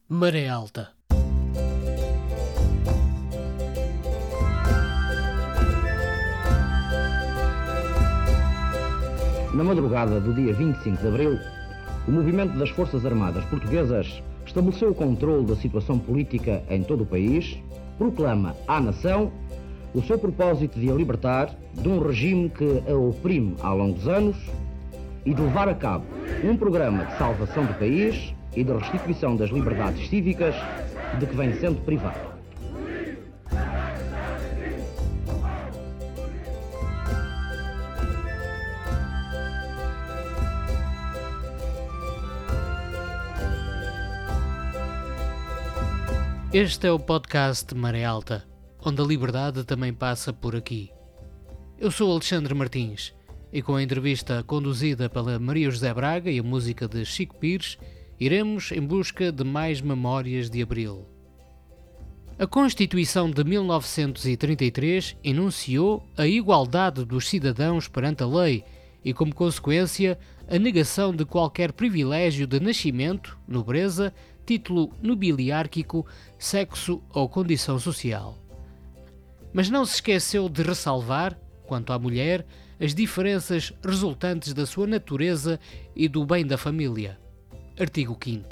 Maré Alta. Na madrugada do dia 25 de abril, o movimento das Forças Armadas Portuguesas estabeleceu o controle da situação política em todo o país, proclama à nação o seu propósito de a libertar de um regime que a oprime há longos anos e de levar a cabo um programa de salvação do país e de restituição das liberdades cívicas de que vem sendo privado. Este é o podcast Maré Alta, onde a liberdade também passa por aqui. Eu sou Alexandre Martins e com a entrevista conduzida pela Maria José Braga e a música de Chico Pires, iremos em busca de mais memórias de Abril. A Constituição de 1933 enunciou a igualdade dos cidadãos perante a lei e, como consequência, a negação de qualquer privilégio de nascimento, nobreza, título nobiliárquico, sexo ou condição social. Mas não se esqueceu de ressalvar, quanto à mulher, as diferenças resultantes da sua natureza e do bem da família. Artigo 5º.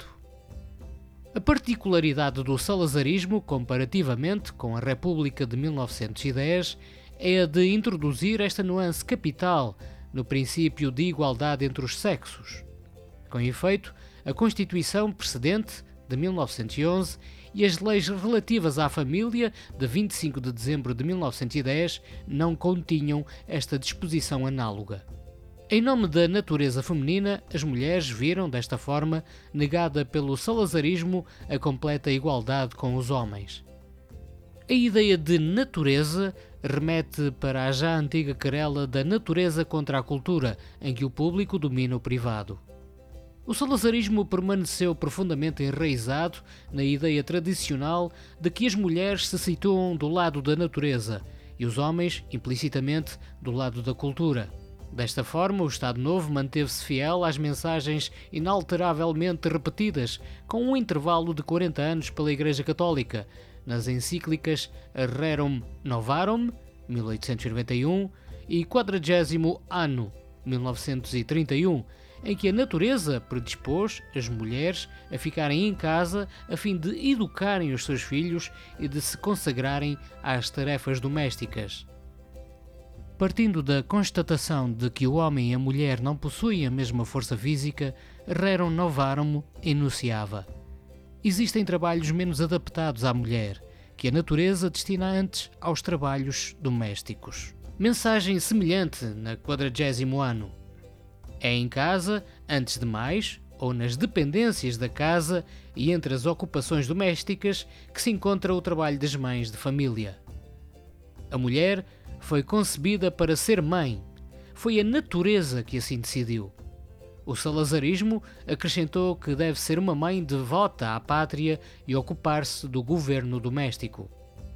A particularidade do salazarismo, comparativamente com a República de 1910, é a de introduzir esta nuance capital no princípio de igualdade entre os sexos. Com efeito, a Constituição precedente, de 1911, e as leis relativas à família, de 25 de dezembro de 1910, não continham esta disposição análoga. Em nome da natureza feminina, as mulheres viram, desta forma, negada pelo salazarismo, a completa igualdade com os homens. A ideia de natureza remete para a já antiga querela da natureza contra a cultura, em que o público domina o privado. O salazarismo permaneceu profundamente enraizado na ideia tradicional de que as mulheres se situam do lado da natureza e os homens, implicitamente, do lado da cultura. Desta forma, o Estado Novo manteve-se fiel às mensagens inalteravelmente repetidas, com um intervalo de 40 anos pela Igreja Católica, nas encíclicas Rerum Novarum, 1891, e Quadragésimo Anno, 1931, em que a natureza predispôs as mulheres a ficarem em casa a fim de educarem os seus filhos e de se consagrarem às tarefas domésticas. Partindo da constatação de que o homem e a mulher não possuem a mesma força física, Rerum Novarum enunciava: existem trabalhos menos adaptados à mulher, que a natureza destina antes aos trabalhos domésticos. Mensagem semelhante na 40º ano. É em casa, antes de mais, ou nas dependências da casa e entre as ocupações domésticas, que se encontra o trabalho das mães de família. A mulher foi concebida para ser mãe. Foi a natureza que assim decidiu. O salazarismo acrescentou que deve ser uma mãe devota à pátria e ocupar-se do governo doméstico.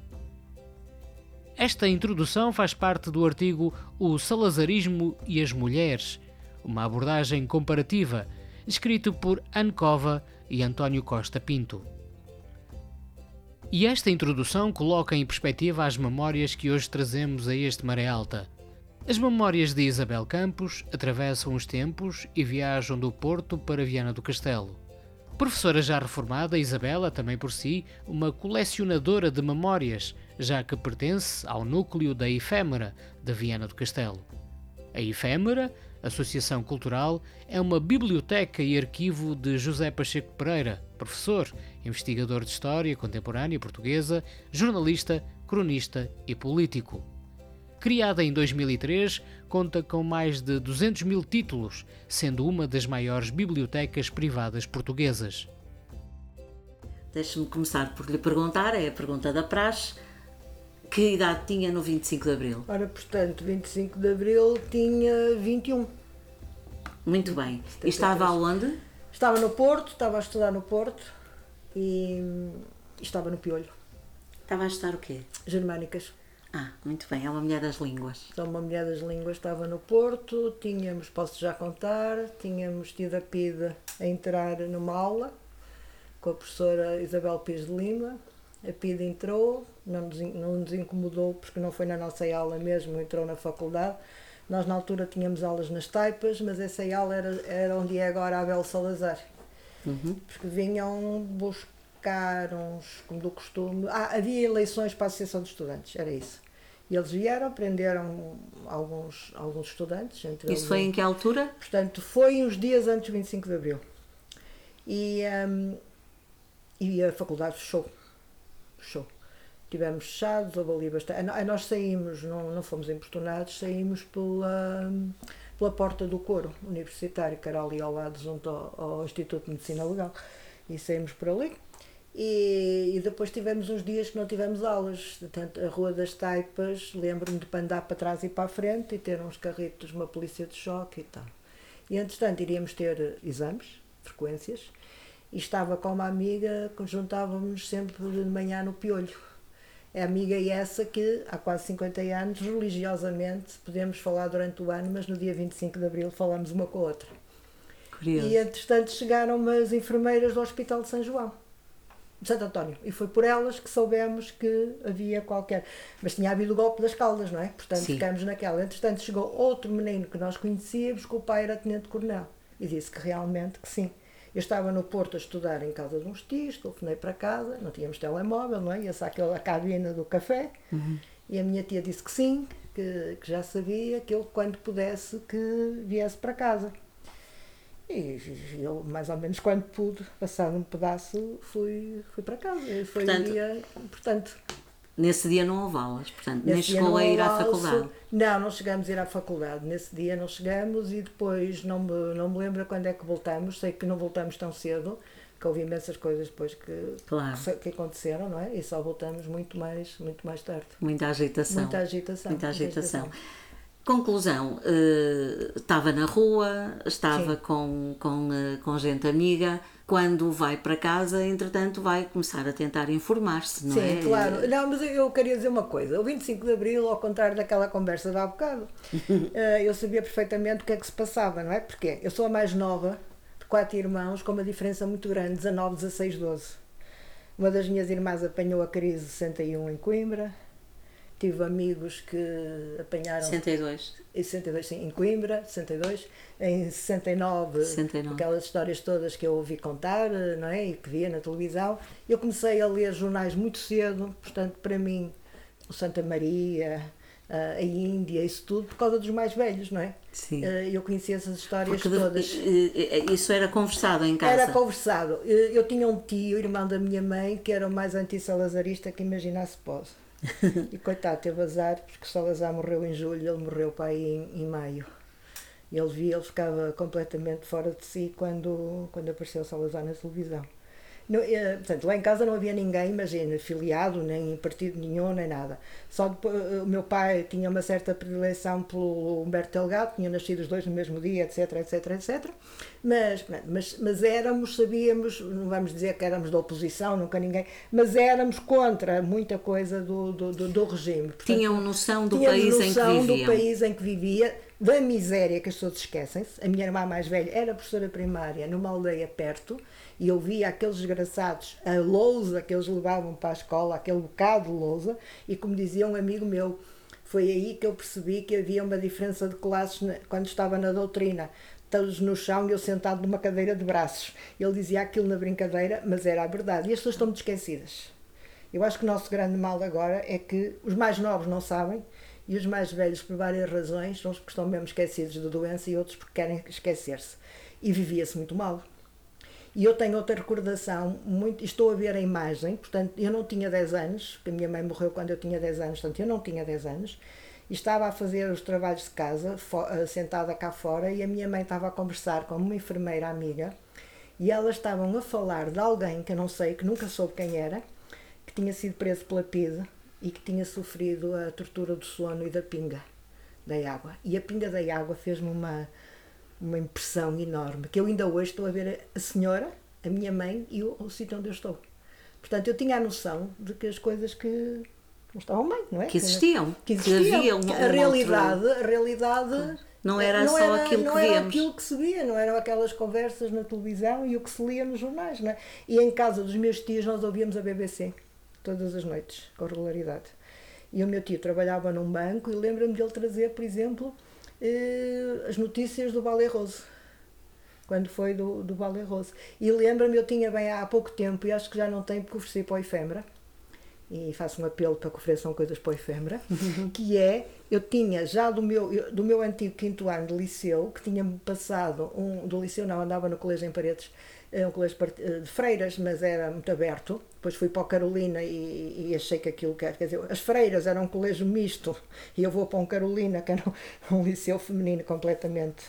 Esta introdução faz parte do artigo O Salazarismo e as Mulheres, uma abordagem comparativa, escrito por Anne Cova e António Costa Pinto. E esta introdução coloca em perspectiva as memórias que hoje trazemos a este Maré Alta. As memórias de Isabel Campos atravessam os tempos e viajam do Porto para Viana do Castelo. Professora já reformada, Isabel é também por si uma colecionadora de memórias, já que pertence ao núcleo da Efêmera de Viana do Castelo. A Efêmera, Associação Cultural, é uma biblioteca e arquivo de José Pacheco Pereira, professor, investigador de História Contemporânea Portuguesa, jornalista, cronista e político. Criada em 2003, conta com mais de 200 mil títulos, sendo uma das maiores bibliotecas privadas portuguesas. Deixe-me começar por lhe perguntar, é a pergunta da praxe, que idade tinha no 25 de Abril? Ora, portanto, 25 de Abril tinha 21. Muito bem. E estava aonde? Estava no Porto, estava a estudar no Porto e estava no Piolho. Estava a estudar o quê? Germânicas. Muito bem, é uma mulher das línguas. Sou uma mulher das línguas, estava no Porto, posso já contar, tínhamos tido a PIDE a entrar numa aula com a professora Isabel Pires de Lima. A PIDE entrou, não nos incomodou porque não foi na nossa aula mesmo, entrou na faculdade. Nós na altura tínhamos aulas nas Taipas, mas essa aula era onde é agora a Abel Salazar. Porque vinham buscar uns, como do costume... havia eleições para a Associação de Estudantes, era isso. E eles vieram, prenderam alguns estudantes. Entre Isso foi em que altura? Portanto, foi uns dias antes do 25 de Abril. E a faculdade fechou. Tivemos fechados, houve ali bastante... Nós saímos, não fomos importunados, saímos pela porta do coro universitário, que era ali ao lado, junto ao Instituto de Medicina Legal. E saímos por ali. E depois tivemos uns dias que não tivemos aulas. Portanto, a Rua das Taipas, lembro-me de andar para trás e para a frente e ter uns carritos, uma polícia de choque e tal. E, entretanto, iríamos ter exames, frequências, e estava com uma amiga que juntávamos sempre de manhã no Piolho. É a amiga essa que, há quase 50 anos, religiosamente, podemos falar durante o ano, mas no dia 25 de Abril falamos uma com a outra. Curioso. E, entretanto, chegaram as enfermeiras do Hospital de São João, de Santo António, e foi por elas que soubemos que havia qualquer... Mas tinha havido o golpe das Caldas, não é? Portanto, Sim. ficámos naquela. Entretanto, chegou outro menino que nós conhecíamos, que o pai era tenente-coronel, e disse que realmente que sim. Eu estava no Porto a estudar em casa de uns tios, telefonei para casa, não tínhamos telemóvel, não é? Ia-se àquela cabina do café, e a minha tia disse que sim, que já sabia, que eu, quando pudesse, que viesse para casa. E eu, mais ou menos, quando pude, passado um pedaço, fui para casa. E foi Portanto, um dia, portanto... Nesse dia não houve aulas, portanto, nem Nesse dia chegou não a ir à houve aulas. faculdade. Não chegamos a ir à faculdade. Nesse dia não chegamos e depois não me lembro quando é que voltamos. Sei que não voltamos tão cedo, que houve imensas coisas depois Claro. que aconteceram, não é? E só voltamos muito mais tarde. Muita agitação. Muita agitação. Conclusão, estava na rua, estava Sim. com gente amiga. Quando vai para casa, entretanto, vai começar a tentar informar-se, não é? Sim, claro. Não, mas eu queria dizer uma coisa. O 25 de Abril, ao contrário daquela conversa de há bocado, eu sabia perfeitamente o que é que se passava, não é? Porque eu sou a mais nova de 4 irmãos, com uma diferença muito grande, 19, 16, 12. Uma das minhas irmãs apanhou a crise de 61 em Coimbra. Tive amigos que apanharam... 62. Em 62, sim, em Coimbra, 62. Em 69, 69. aquelas histórias todas que eu ouvi contar, não é? E que via na televisão. Eu comecei a ler jornais muito cedo, portanto, para mim, o Santa Maria, a Índia, isso tudo, por causa dos mais velhos, não é? Sim. Eu conhecia essas histórias Porque todas. isso era conversado em casa? Era conversado. Eu tinha um tio, irmão da minha mãe, que era o mais anti-salazarista que imaginasse pode. E coitado, teve azar, porque Salazar morreu em julho, ele morreu para aí em maio. Ele ficava completamente fora de si quando apareceu Salazar na televisão. Portanto, lá em casa não havia ninguém, imagina, filiado, nem partido nenhum, nem nada. Só depois, o meu pai tinha uma certa predileção pelo Humberto Delgado, tinham nascido os dois no mesmo dia, etc, etc, etc. Mas éramos, sabíamos, não vamos dizer que éramos da oposição, nunca ninguém, mas éramos contra muita coisa do regime. Portanto, tinham noção do país em que viviam. do país em que vivia, da miséria que as pessoas esquecem-se. A minha irmã mais velha era professora primária numa aldeia perto, e eu via aqueles desgraçados, a lousa que eles levavam para a escola, aquele bocado de lousa, e como dizia um amigo meu, foi aí que eu percebi que havia uma diferença de classes quando estava na doutrina. Todos no chão e eu sentado numa cadeira de braços. Ele dizia aquilo na brincadeira, mas era a verdade. E as pessoas estão muito esquecidas. Eu acho que o nosso grande mal agora é que os mais novos não sabem, e os mais velhos, por várias razões, uns porque estão mesmo esquecidos da doença e outros porque querem esquecer-se. E vivia-se muito mal. E eu tenho outra recordação, estou a ver a imagem, portanto, eu não tinha 10 anos, porque a minha mãe morreu quando eu tinha 10 anos, portanto, eu não tinha 10 anos, e estava a fazer os trabalhos de casa, sentada cá fora, e a minha mãe estava a conversar com uma enfermeira amiga, e elas estavam a falar de alguém que eu não sei, que nunca soube quem era, que tinha sido preso pela PIDE e que tinha sofrido a tortura do sono e da pinga da água. E a pinga da água fez-me uma impressão enorme, que eu ainda hoje estou a ver a senhora, a minha mãe e o sítio onde eu estou. Portanto, eu tinha a noção de que as coisas que não estavam bem, não é? Que existiam. Que existiam. Que havia a realidade Não era só aquilo que não era víamos. aquilo que se via, não eram aquelas conversas na televisão e o que se lia nos jornais, não é? E em casa dos meus tios nós ouvíamos a BBC todas as noites, com regularidade. E o meu tio trabalhava num banco e lembro-me de ele trazer, por exemplo, as notícias do Ballet Rose, quando foi do Ballet Rose. E lembro-me, eu tinha bem há pouco tempo, e acho que já não tenho, porque ofereci para o Efêmera, e faço um apelo para que ofereçam coisas para o Efêmera, que é, eu tinha já do meu antigo 5º ano de liceu, que tinha-me passado, do liceu não, andava no colégio em Paredes, um colégio de freiras, mas era muito aberto. Depois fui para o Carolina e achei que aquilo, quer dizer, as freiras eram um colégio misto, e eu vou para um Carolina, que era um liceu feminino completamente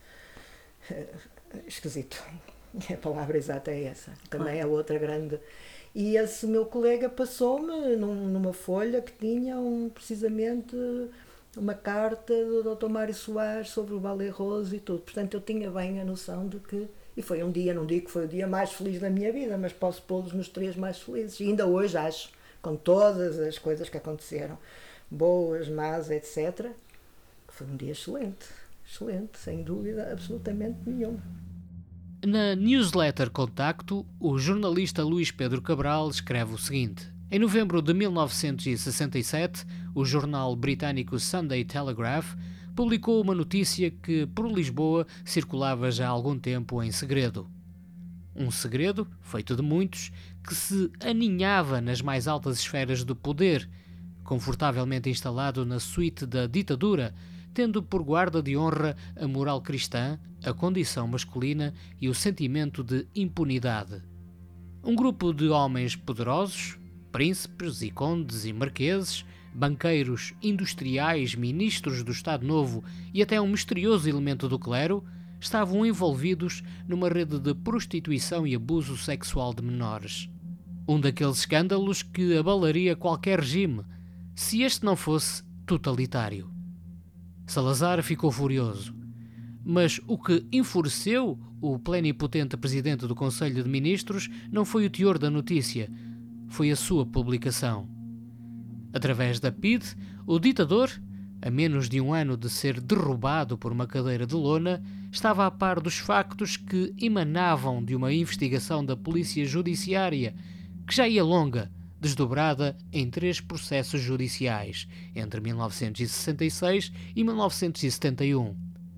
esquisito. A palavra exata é essa. Também é outra grande. E esse meu colega passou-me numa folha que tinha precisamente uma carta do Dr. Mário Soares sobre o Ballet Rose e tudo. Portanto, eu tinha bem a noção de que... E foi um dia, não digo que foi o dia mais feliz da minha vida, mas posso pô-los nos 3 mais felizes. E ainda hoje acho, com todas as coisas que aconteceram, boas, más, etc., que foi um dia excelente. Excelente, sem dúvida absolutamente nenhuma. Na newsletter Contacto, o jornalista Luís Pedro Cabral escreve o seguinte: em novembro de 1967, o jornal britânico Sunday Telegraph publicou uma notícia que, por Lisboa, circulava já há algum tempo em segredo. Um segredo, feito de muitos, que se aninhava nas mais altas esferas do poder, confortavelmente instalado na suíte da ditadura, tendo por guarda de honra a moral cristã, a condição masculina e o sentimento de impunidade. Um grupo de homens poderosos, príncipes e condes e marqueses, banqueiros, industriais, ministros do Estado Novo e até um misterioso elemento do clero, estavam envolvidos numa rede de prostituição e abuso sexual de menores. Um daqueles escândalos que abalaria qualquer regime, se este não fosse totalitário. Salazar ficou furioso, mas o que enfureceu o plenipotente presidente do Conselho de Ministros não foi o teor da notícia, foi a sua publicação. Através da PIDE, o ditador, a menos de um ano de ser derrubado por uma cadeira de lona, estava a par dos factos que emanavam de uma investigação da Polícia Judiciária, que já ia longa, desdobrada em 3 processos judiciais, entre 1966 e 1971.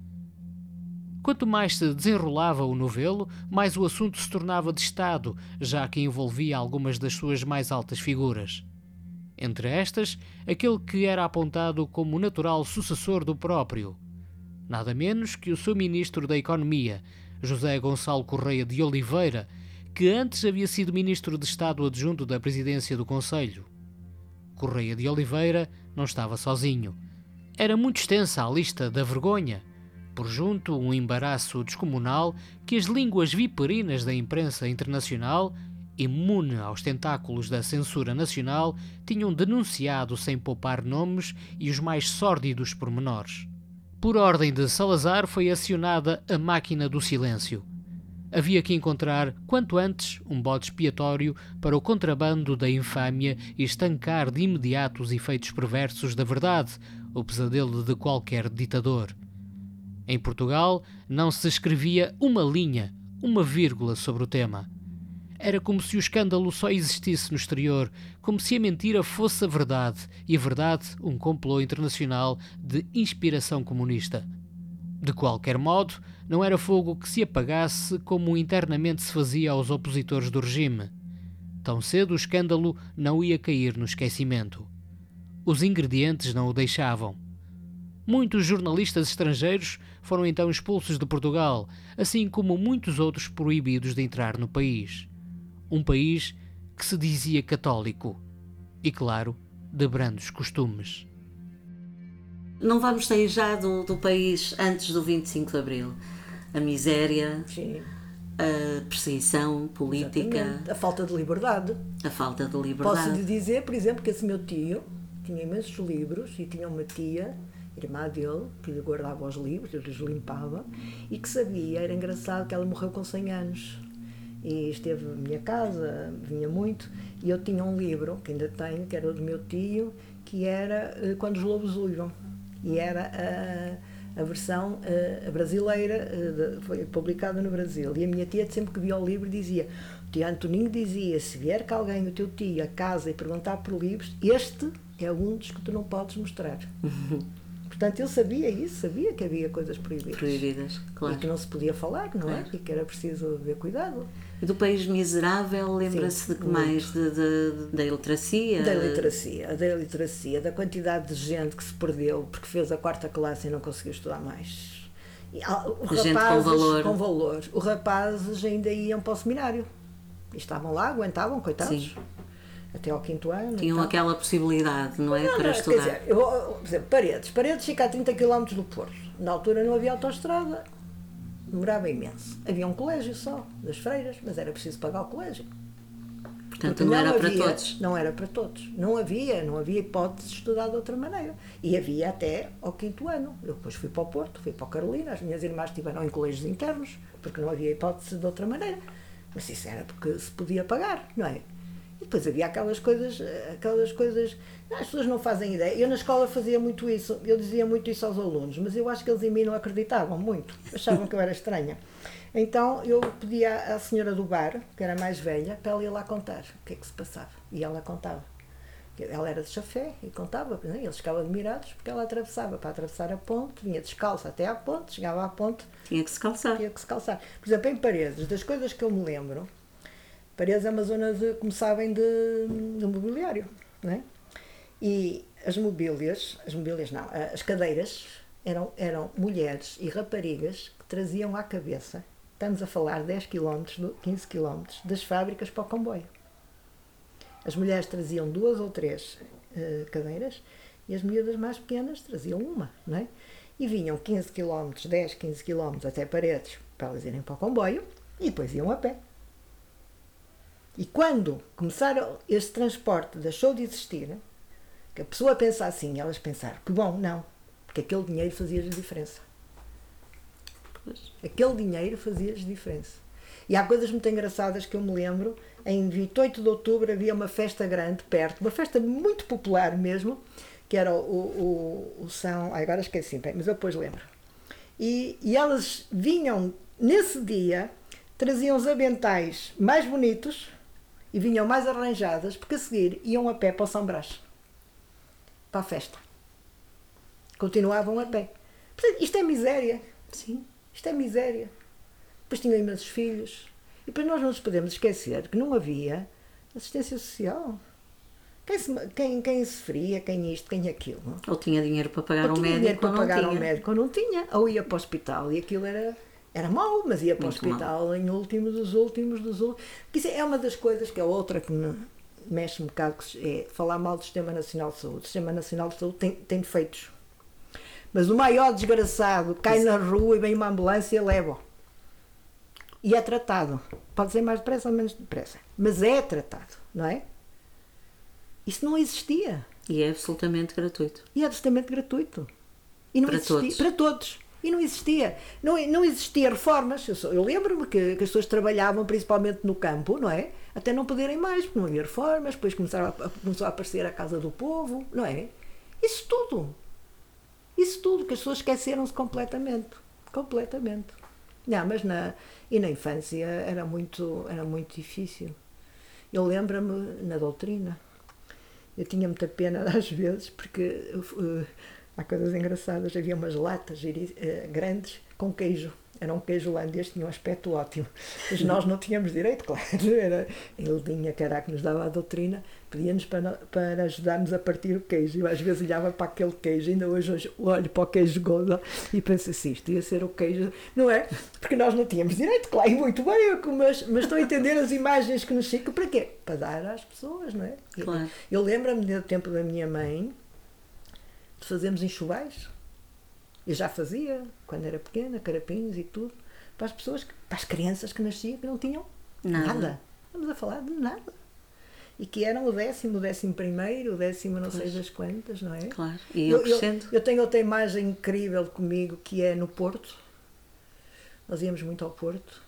Quanto mais se desenrolava o novelo, mais o assunto se tornava de Estado, já que envolvia algumas das suas mais altas figuras. Entre estas, aquele que era apontado como o natural sucessor do próprio. Nada menos que o seu ministro da Economia, José Gonçalo Correia de Oliveira, que antes havia sido ministro de Estado adjunto da presidência do Conselho. Correia de Oliveira não estava sozinho. Era muito extensa a lista da vergonha, por junto um embaraço descomunal que as línguas viperinas da imprensa internacional, imune aos tentáculos da censura nacional, tinham denunciado sem poupar nomes e os mais sórdidos pormenores. Por ordem de Salazar foi acionada a máquina do silêncio. Havia que encontrar, quanto antes, um bode expiatório para o contrabando da infâmia e estancar de imediato os efeitos perversos da verdade, o pesadelo de qualquer ditador. Em Portugal não se escrevia uma linha, uma vírgula sobre o tema. Era como se o escândalo só existisse no exterior, como se a mentira fosse a verdade e a verdade um complô internacional de inspiração comunista. De qualquer modo, não era fogo que se apagasse como internamente se fazia aos opositores do regime. Tão cedo o escândalo não ia cair no esquecimento. Os ingredientes não o deixavam. Muitos jornalistas estrangeiros foram então expulsos de Portugal, assim como muitos outros proibidos de entrar no país. Um país que se dizia católico e, claro, de brandos costumes. Não vamos sair já do país antes do 25 de Abril. A miséria, Sim. a perseguição política, Exatamente. A falta de liberdade. a falta de liberdade. Posso lhe dizer, por exemplo, que esse meu tio tinha imensos livros e tinha uma tia, irmã dele, que lhe guardava os livros, ele os limpava, e que sabia, era engraçado, que ela morreu com 100 anos. E esteve na minha casa, vinha muito, e eu tinha um livro, que ainda tenho, que era o do meu tio, que era Quando os Lobos Uivam. E era a versão brasileira, foi publicada no Brasil. E a minha tia, sempre que via o livro, dizia, o tio Antoninho dizia, se vier cá alguém, o teu tio, a casa e perguntar por livros, este é um dos que tu não podes mostrar. Portanto, ele sabia isso, sabia que havia coisas proibidas. Proibidas, claro. E que não se podia falar, não é? Claro. E que era preciso ver cuidado. E do País Miserável, lembra-se de que mais? Da iliteracia? Da iliteracia, da quantidade de gente que se perdeu porque fez a 4ª classe e não conseguiu estudar mais. E, gente com valor. Com valor. Os rapazes ainda iam para o seminário. E estavam lá, aguentavam, coitados. Sim. Até ao 5º ano. Tinham aquela possibilidade, não é? Para estudar. Quer dizer, por exemplo, Paredes fica a 30 km do Porto. Na altura não havia autoestrada. Demorava imenso. Havia um colégio só, das freiras, mas era preciso pagar o colégio. Portanto, não era para todos. Não era para todos. Não havia hipótese de estudar de outra maneira. E havia até ao 5º ano. Eu depois fui para o Porto, fui para o Carolina, as minhas irmãs estiveram em colégios internos, porque não havia hipótese de outra maneira. Mas isso era porque se podia pagar, não é? E depois havia aquelas coisas, as pessoas não fazem ideia. Eu na escola fazia muito isso, eu dizia muito isso aos alunos, mas eu acho que eles em mim não acreditavam muito, achavam que eu era estranha. Então eu pedi à senhora do bar, que era mais velha, para ela ir lá contar o que é que se passava. E ela contava. Ela era de Chafé e contava, né? Eles ficavam admirados porque ela atravessava. Para atravessar a ponte, vinha descalça até à ponte, chegava à ponte. Tinha que se calçar. Por exemplo, em Paredes, das coisas que eu me lembro, Paredes é uma zona, como sabem, de mobiliário, não é? E as cadeiras eram mulheres e raparigas que traziam à cabeça, estamos a falar 10 km, 15 km, das fábricas para o comboio. As mulheres traziam 2 ou 3 cadeiras e as miúdas mais pequenas traziam uma, não é? E vinham 15 km, 10, 15 km até Paredes para elas irem para o comboio e depois iam a pé. E quando começaram este transporte, deixou de existir, que a pessoa pensa assim, elas pensaram, que bom, não, porque aquele dinheiro fazia-lhes diferença. Pois. Aquele dinheiro fazia-lhes diferença. E há coisas muito engraçadas que eu me lembro, em 28 de outubro havia uma festa grande perto, uma festa muito popular mesmo, que era o São... agora esqueci, mas eu depois lembro. E elas vinham, nesse dia, traziam os aventais mais bonitos, e vinham mais arranjadas, porque a seguir iam a pé para o São Brás, para a festa. Continuavam a pé. Portanto, isto é miséria. Sim. Isto é miséria. Depois tinham imensos filhos. E depois nós não nos podemos esquecer que não havia assistência social. Quem sofria, quem isto, quem aquilo. Ou tinha dinheiro para pagar ou um tinha médico, dinheiro para ou não pagar tinha. um médico, ou não tinha. Ou ia para o hospital e aquilo era mau, mas ia para o Muito hospital em último dos últimos. Isso é uma das coisas que é outra que me mexe um bocado, é falar mal do Sistema Nacional de Saúde. O Sistema Nacional de Saúde tem defeitos. Mas o maior desgraçado cai na rua e vem uma ambulância e leva-o. E é tratado. Pode ser mais depressa ou menos depressa. Mas é tratado, não é? Isso não existia. E é absolutamente gratuito. E é absolutamente gratuito. E não Para existia, todos. Para todos. E não existia. Não existia reformas. Eu lembro-me que as pessoas trabalhavam principalmente no campo, não é? Até não poderem mais, porque não havia reformas. Depois começou a aparecer a Casa do Povo, não é? Isso tudo, que as pessoas esqueceram-se completamente. Completamente. Não, mas na infância era muito difícil. Eu lembro-me na doutrina. Eu tinha muita pena às vezes, porque há coisas engraçadas. Havia umas latas grandes com queijo. Era um queijo holandês, tinha um aspecto ótimo. Mas nós não tínhamos direito, claro. Era a Eldinha, que era a que nos dava a doutrina, pedia-nos para ajudarmos a partir o queijo. Eu às vezes olhava para aquele queijo, ainda hoje olho para o queijo Gouda e penso assim, isto ia ser o queijo, não é? Porque nós não tínhamos direito, claro, e muito bem, mas estou a entender as imagens que nos ficam, para quê? Para dar às pessoas, não é? Claro. Eu lembro-me do tempo da minha mãe, de fazermos enxovais. Eu já fazia, quando era pequena, carapinhos e tudo, para as pessoas, para as crianças que nasciam, que não tinham nada. Estamos a falar de nada. E que eram o 10º, o 11º, o 10º não sei das quantas, não é? Claro, e eu tenho outra imagem incrível comigo, que é no Porto. Nós íamos muito ao Porto.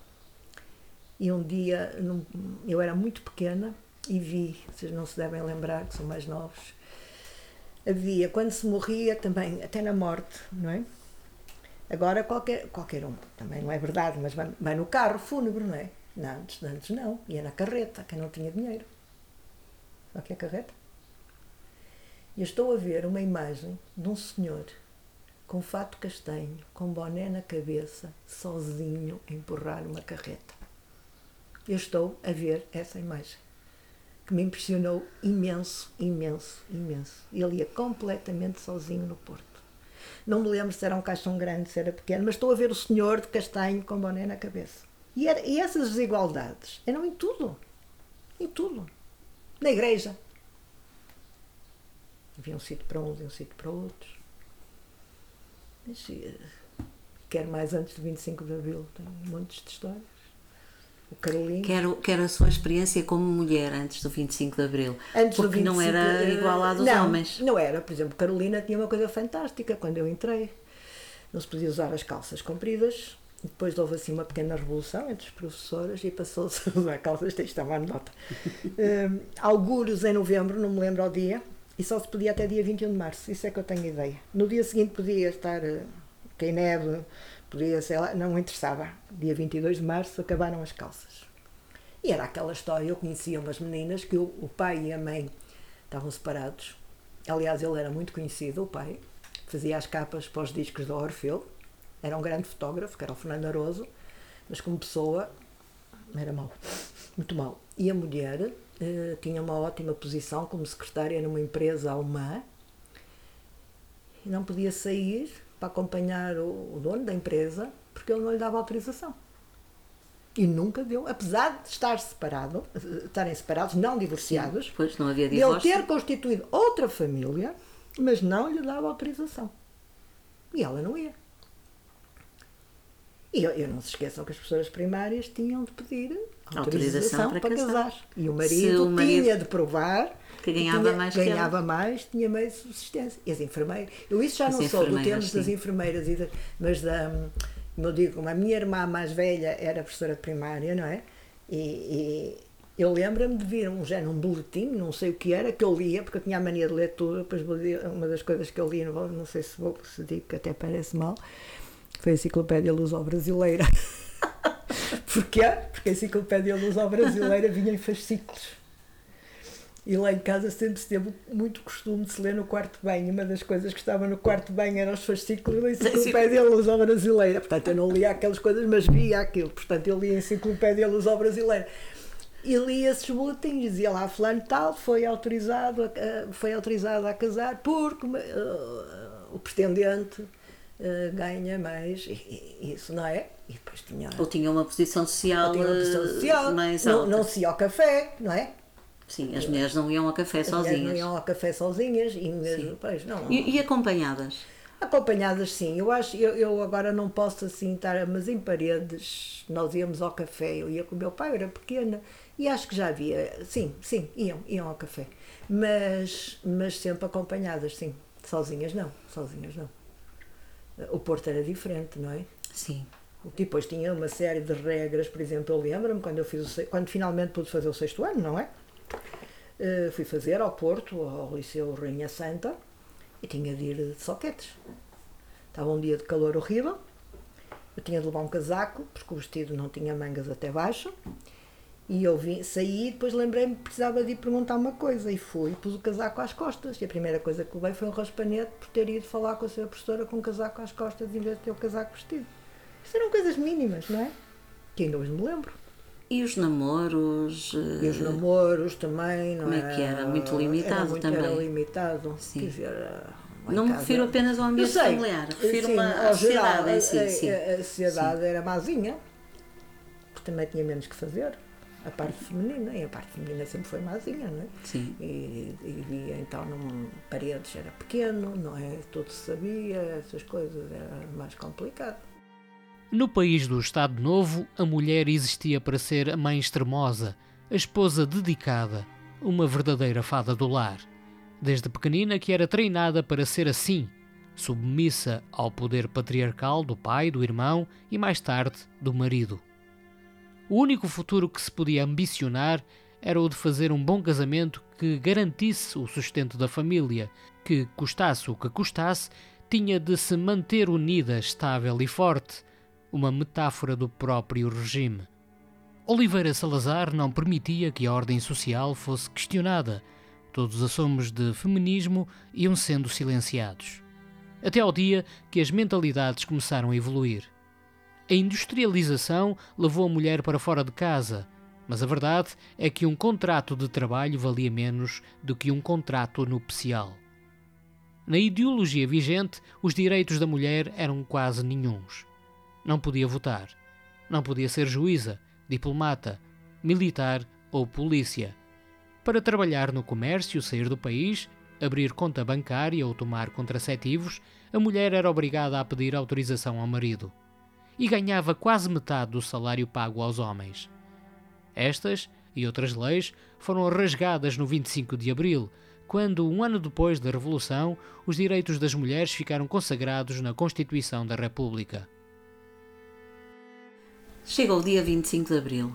E um dia, eu era muito pequena e vi, vocês não se devem lembrar, que são mais novos, havia, quando se morria também, até na morte, não é? Agora qualquer um, também não é verdade, mas vai no carro fúnebre, não é? Não, antes não, ia na carreta, quem não tinha dinheiro. Sabe o que é carreta? E eu estou a ver uma imagem de um senhor com fato castanho, com boné na cabeça, sozinho a empurrar uma carreta. Eu estou a ver essa imagem, que me impressionou imenso, imenso, imenso. Ele ia completamente sozinho no Porto. Não me lembro se era um caixão grande, se era pequeno, mas estou a ver o senhor de castanho com boné na cabeça. E essas desigualdades eram em tudo. Em tudo. Na igreja. Havia um sítio para uns e um sítio para outros. Mas, quero mais antes de 25 de Abril, tenho montes de histórias. O Carolina. Quero a sua experiência como mulher antes do 25 de Abril. Antes porque do 25, não era igual à dos homens. Não era. Por exemplo, Carolina tinha uma coisa fantástica quando eu entrei. Não se podia usar as calças compridas. Depois houve assim uma pequena revolução entre os professores e passou-se a usar calças. Isto estava à nota. Algures em novembro, não me lembro ao dia. E só se podia até dia 21 de março. Isso é que eu tenho ideia. No dia seguinte podia estar em neve. Podia, sei lá, não me interessava. Dia 22 de março acabaram as calças. E era aquela história, eu conhecia umas meninas que o pai e a mãe estavam separados. Aliás, ele era muito conhecido, o pai. Fazia as capas para os discos da Orfeu. Era um grande fotógrafo, que era o Fernando Aroso. Mas como pessoa, era mau. Muito mau. E a mulher tinha uma ótima posição como secretária numa empresa alemã. E não podia sair para acompanhar o dono da empresa, porque ele não lhe dava autorização. E nunca deu, apesar de estarem separados, não divorciados. Sim, pois não havia divórcio. Ele ter constituído outra família, mas não lhe dava autorização. E ela não ia. E eu não se esqueçam que as professoras primárias tinham de pedir autorização para casar. E o marido tinha de provar que ganhava mais, tinha meio de subsistência. E as enfermeiras, eu isso já não sou do tempo das enfermeiras, mas como eu digo, a minha irmã mais velha era professora de primária, não é? E eu lembro-me de vir um boletim, não sei o que era, que eu lia, porque eu tinha a mania de ler tudo, depois uma das coisas que eu li, não sei se digo, que até parece mal, foi a Enciclopédia Luso-Brasileira. Porquê? Porque a Enciclopédia Luso-Brasileira vinha em fascículos. E lá em casa sempre se teve muito costume de se ler no quarto de banho. Uma das coisas que estava no quarto de banho eram os fascículos da Enciclopédia Luso-Brasileira. Portanto, eu não lia aquelas coisas, mas via aquilo. Portanto, eu lia a Enciclopédia Luso-Brasileira. E lia esses boletins. Dizia lá, fulano tal foi autorizado a casar porque o pretendente ganha mais. Isso, não é? E depois ou tinha uma posição social, mais alta. Não se ia ao café, não é? Sim, as mulheres não iam ao café sozinhas. Não iam ao café sozinhas e mesmo, pois, não. E acompanhadas? Acompanhadas, sim. Eu agora não posso assim estar, mas em Paredes nós íamos ao café, eu ia com o meu pai, eu era pequena, e acho que já havia, sim, iam ao café. Mas sempre acompanhadas, sim. Sozinhas não. O Porto era diferente, não é? Sim. Depois tinha uma série de regras, por exemplo, eu lembro-me quando finalmente pude fazer o 6º ano, não é? Fui fazer ao Porto, ao Liceu Rainha Santa, e tinha de ir de soquetes. Estava um dia de calor horrível, eu tinha de levar um casaco, porque o vestido não tinha mangas até baixo, e eu saí e depois lembrei-me que precisava de ir perguntar uma coisa, e fui, pus o casaco às costas, e a primeira coisa que levei foi um raspanete por ter ido falar com a senhora professora com o casaco às costas em vez de ter o casaco vestido. Isso eram coisas mínimas, não é? Que ainda hoje me lembro. E os namoros? E os namoros também, não como é que era? Muito limitado também. Era limitado. Sim. Quer dizer, não me refiro apenas ao ambiente familiar, refiro à sociedade em si. Sim. A sociedade era mazinha, porque também tinha menos que fazer. A parte feminina, e a parte feminina sempre foi mazinha, não é? Sim. E via então Paredes era pequeno, não é? Tudo se sabia, essas coisas, era mais complicado. No país do Estado Novo, a mulher existia para ser a mãe extremosa, a esposa dedicada, uma verdadeira fada do lar. Desde pequenina que era treinada para ser assim, submissa ao poder patriarcal do pai, do irmão e mais tarde do marido. O único futuro que se podia ambicionar era o de fazer um bom casamento que garantisse o sustento da família, que, custasse o que custasse, tinha de se manter unida, estável e forte, uma metáfora do próprio regime. Oliveira Salazar não permitia que a ordem social fosse questionada. Todos os assomos de feminismo iam sendo silenciados. Até ao dia que as mentalidades começaram a evoluir. A industrialização levou a mulher para fora de casa, mas a verdade é que um contrato de trabalho valia menos do que um contrato nupcial. Na ideologia vigente, os direitos da mulher eram quase nenhuns. Não podia votar, não podia ser juíza, diplomata, militar ou polícia. Para trabalhar no comércio, sair do país, abrir conta bancária ou tomar contraceptivos, a mulher era obrigada a pedir autorização ao marido. E ganhava quase metade do salário pago aos homens. Estas e outras leis foram rasgadas no 25 de Abril, quando, um ano depois da Revolução, os direitos das mulheres ficaram consagrados na Constituição da República. Chega o dia 25 de Abril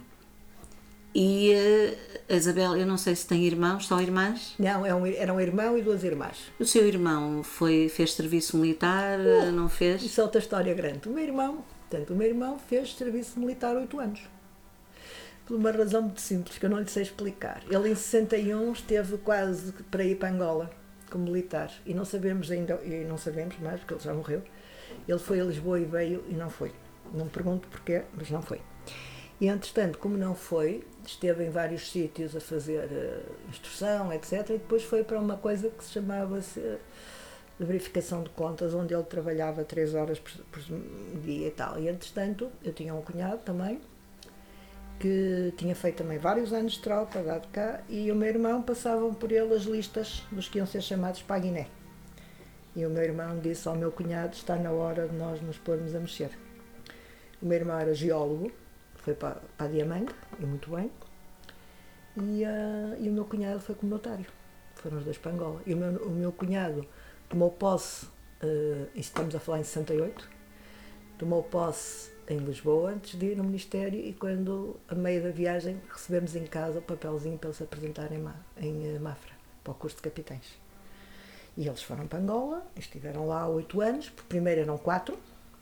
e a Isabel, eu não sei se tem irmãos, são irmãs? Não, era um irmão e 2 irmãs. O seu irmão fez serviço militar, não fez? Isso é outra história grande. O meu irmão fez serviço militar 8 anos. Por uma razão muito simples, que eu não lhe sei explicar. Ele em 61 esteve quase para ir para Angola, como militar. E não sabemos ainda, e não sabemos mais, porque ele já morreu. Ele foi a Lisboa e veio e não foi. Não me pergunto porquê, mas não foi. E, entretanto, como não foi, esteve em vários sítios a fazer instrução, etc. E depois foi para uma coisa que se chamava-se de verificação de contas, onde ele trabalhava 3 horas por dia e tal. E, entretanto, eu tinha um cunhado também, que tinha feito também vários anos de tropa, dado cá, e o meu irmão passavam por ele as listas dos que iam ser chamados para a Guiné. E o meu irmão disse ao meu cunhado, está na hora de nós nos pormos a mexer. O meu irmão era geólogo, foi para a Diamante, e muito bem, e o meu cunhado foi como notário. Foram os 2 para Angola. E o meu cunhado tomou posse, estamos a falar em 68, tomou posse em Lisboa, antes de ir no Ministério, e quando, a meio da viagem, recebemos em casa o papelzinho para ele se apresentar em Mafra, para o curso de capitães. E eles foram para Angola, estiveram lá 8 anos, porque primeiro eram 4,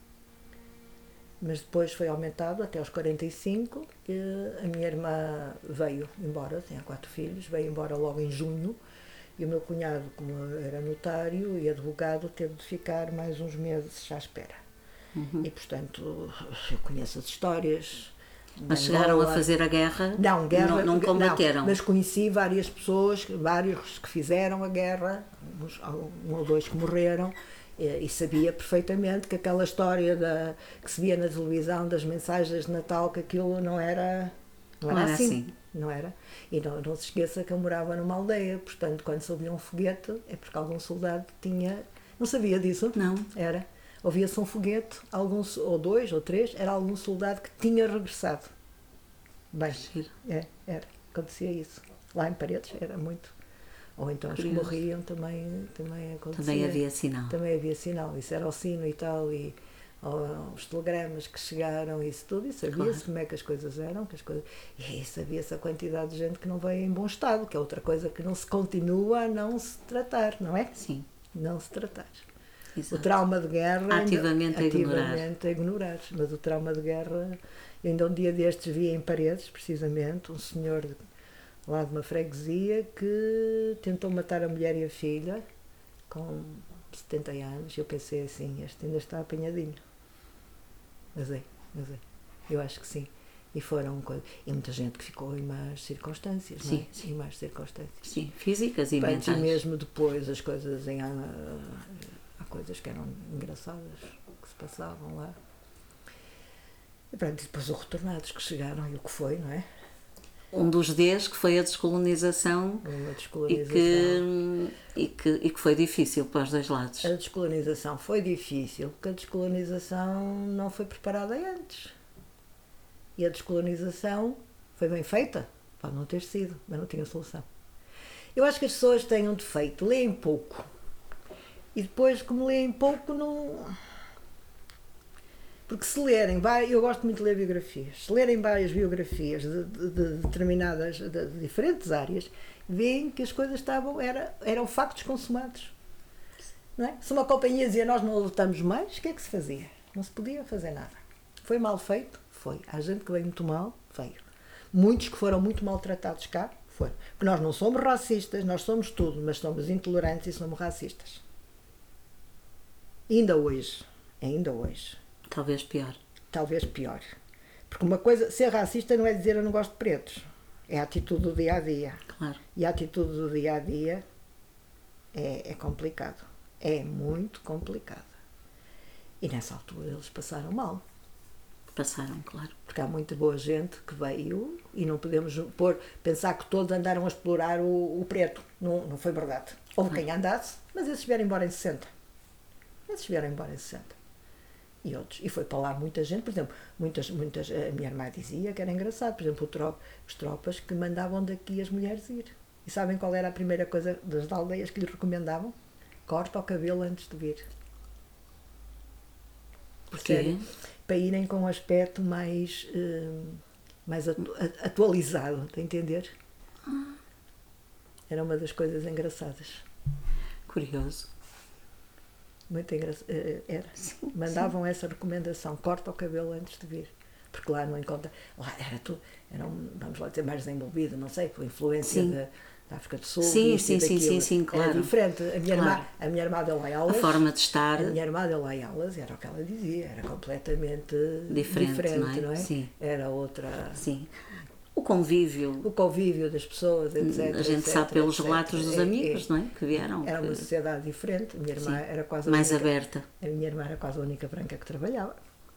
mas depois foi aumentado até aos 45, e a minha irmã veio embora, tinha 4 filhos, veio embora logo em junho, e o meu cunhado, como era notário e advogado, teve de ficar mais uns meses à espera. E, portanto, eu conheço as histórias. Mas chegaram a fazer a guerra? Não, guerra não combateram? Não, mas conheci várias pessoas, vários que fizeram a guerra, um ou 2 que morreram, e sabia perfeitamente que aquela história que se via na televisão das mensagens de Natal, que aquilo não era assim. Não era. E não se esqueça que eu morava numa aldeia, portanto, quando se ouvia um foguete, é porque algum soldado tinha... Não sabia disso? Não. Era. Ouvia-se um foguete, ou 2 ou 3, era algum soldado que tinha regressado. Bem, era. Acontecia isso. Lá em Paredes era muito. Ou então os que morriam também acontecia. Também havia sinal. Também havia sinal. Isso era o sino e tal, e os telegramas que chegaram, isso tudo, e sabia-se como é que as coisas eram, e aí sabia-se a quantidade de gente que não veio em bom estado, que é outra coisa que não se continua a não se tratar, não é? Sim. Não se tratar. Exato. O trauma de guerra... Ativamente a ignorar. Mas o trauma de guerra... Eu ainda um dia destes vi em Paredes, precisamente, um senhor lá de uma freguesia que tentou matar a mulher e a filha com 70 anos. Eu pensei assim, este ainda está apanhadinho. Mas é. Eu acho que sim. E muita gente que ficou em más circunstâncias, sim, não é? Sim. Em más circunstâncias. Sim, físicas e mentais. E mesmo depois as coisas há coisas que eram engraçadas que se passavam lá. E pronto, e depois os retornados que chegaram e o que foi, não é? Um dos Ds que foi a descolonização, e que foi difícil para os 2 lados. A descolonização foi difícil porque a descolonização não foi preparada antes. E a descolonização foi bem feita, pode não ter sido, mas não tinha solução. Eu acho que as pessoas têm um defeito, leem pouco. E depois, como leem pouco, não... Porque se lerem, eu gosto muito de ler biografias, se lerem várias biografias de determinadas, de diferentes áreas, veem que as coisas eram factos consumados. Não é? Se uma companhia dizia nós não lutamos mais, o que é que se fazia? Não se podia fazer nada. Foi mal feito? Foi. Há gente que veio muito mal? Veio. Muitos que foram muito maltratados cá? Foram. Porque nós não somos racistas, nós somos tudo, mas somos intolerantes e somos racistas. Ainda hoje. Talvez pior. Talvez pior. Porque uma coisa, ser racista não é dizer eu não gosto de pretos. É a atitude do dia a dia. Claro. E a atitude do dia a dia é complicado. É muito complicado. E nessa altura eles passaram mal. Passaram, claro. Porque há muita boa gente que veio e não podemos pensar que todos andaram a explorar o preto. Não foi verdade. Houve quem andasse, mas esses vieram embora em 60. E outros. E foi para lá muita gente, por exemplo, muitas a minha irmã dizia que era engraçado, por exemplo, os tropas que mandavam daqui as mulheres ir. E sabem qual era a primeira coisa das aldeias que lhes recomendavam? Corta o cabelo antes de vir. Porquê? Para irem com um aspecto mais atualizado, está a entender? Era uma das coisas engraçadas. Curioso. Muito engraçado. Era. Mandavam essa recomendação, corta o cabelo antes de vir. Porque lá não encontra. Lá era tudo, vamos lá dizer, mais desenvolvido, não sei, por influência da África do Sul. Sim, claro. Era diferente. A minha irmã deu lá aulas. A forma de estar. A minha irmã deu lá aulas, era o que ela dizia, era completamente diferente, não é? Sim. Era outra. Sim. O convívio das pessoas, etc. A gente etc, sabe pelos etc. relatos dos amigos, não é? Que vieram. Era uma sociedade diferente. A minha irmã era quase mais aberta. A minha irmã era quase a única branca que trabalhava.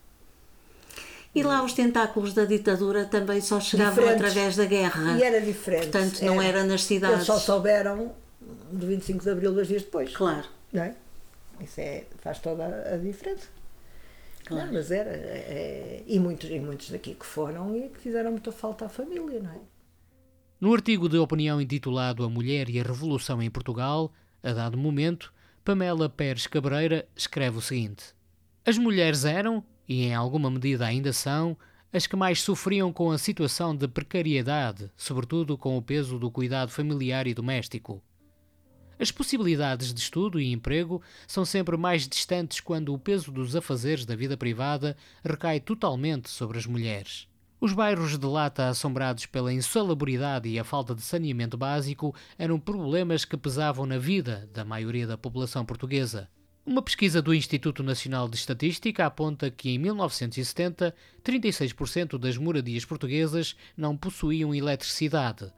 E lá os tentáculos da ditadura também só chegavam através da guerra. E era diferente. Portanto, não era nas cidades. Eles só souberam do 25 de Abril 2 dias depois. Claro. Não é? Isso faz toda a diferença. Claro. Não, mas era. E muitos daqui que foram e que fizeram muita falta à família, não é? No artigo de opinião intitulado A Mulher e a Revolução em Portugal, a dado momento, Pamela Pérez Cabreira escreve o seguinte: as mulheres eram, e em alguma medida ainda são, as que mais sofriam com a situação de precariedade, sobretudo com o peso do cuidado familiar e doméstico. As possibilidades de estudo e emprego são sempre mais distantes quando o peso dos afazeres da vida privada recai totalmente sobre as mulheres. Os bairros de lata assombrados pela insalubridade e a falta de saneamento básico eram problemas que pesavam na vida da maioria da população portuguesa. Uma pesquisa do Instituto Nacional de Estatística aponta que em 1970, 36% das moradias portuguesas não possuíam eletricidade,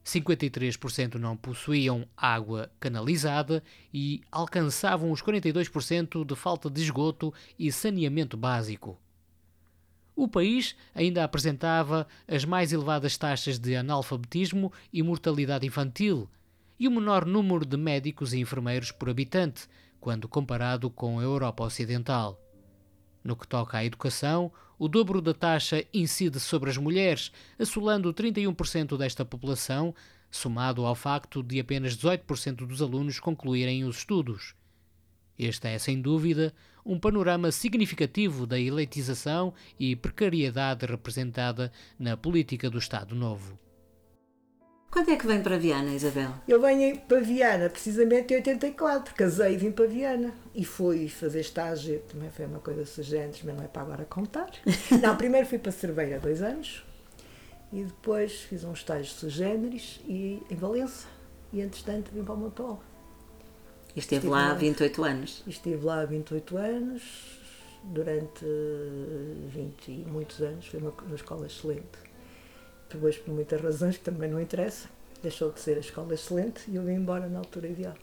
53% não possuíam água canalizada e alcançavam os 42% de falta de esgoto e saneamento básico. O país ainda apresentava as mais elevadas taxas de analfabetismo e mortalidade infantil e o menor número de médicos e enfermeiros por habitante, quando comparado com a Europa Ocidental. No que toca à educação, o dobro da taxa incide sobre as mulheres, assolando 31% desta população, somado ao facto de apenas 18% dos alunos concluírem os estudos. Este é, sem dúvida, um panorama significativo da elitização e precariedade representada na política do Estado Novo. Quando é que vem para Viana, Isabel? Eu venho para Viana precisamente em 84, casei e vim para Viana e fui fazer estágio, também foi uma coisa sugerente, mas não é para agora contar. Não, primeiro fui para Cerveira 2 anos e depois fiz um estágio sui generis em Valença e entretanto vim para o Montol. E esteve lá há 28 anos? Estive lá há 28 anos, durante 20 e muitos anos, foi uma escola excelente. Depois, por muitas razões que também não interessa, deixou de ser a escola excelente e eu vim embora na altura ideal.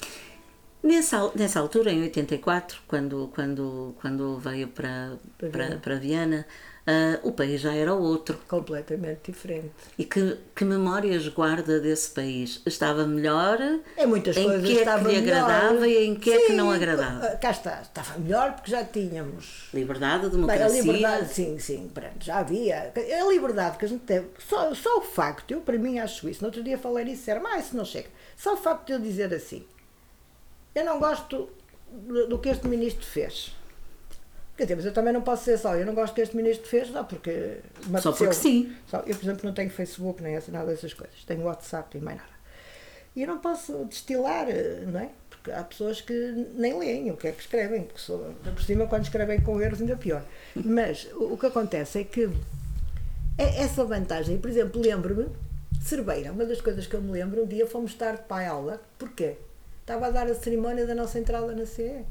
Nessa altura, em 84, quando veio para Viana, o país já era outro. Completamente diferente. E que memórias guarda desse país? Estava melhor? Em muitas coisas em que é que lhe agradava e em que é que não agradava? Cá está, estava melhor porque já tínhamos... Liberdade, democracia... Bem, a liberdade, sim, pronto, já havia. A liberdade que a gente teve, só o facto, eu para mim acho isso, no outro dia falei nisso, era mais, se não chega. Só o facto de eu dizer assim, eu não gosto do que este ministro fez. Quer dizer, mas eu também não posso ser só, eu não gosto do que este ministro fez, só porque... Só porque sim. Eu, por exemplo, não tenho Facebook, nem nada dessas coisas. Tenho WhatsApp e mais nada. E eu não posso destilar, não é? Porque há pessoas que nem leem o que é que escrevem, porque por cima quando escrevem com erros ainda pior. Mas o que acontece é que essa vantagem, por exemplo, lembro-me, Cerveira, uma das coisas que eu me lembro, um dia fomos tarde para a aula, porquê? Estava a dar a cerimónia da nossa entrada na CE.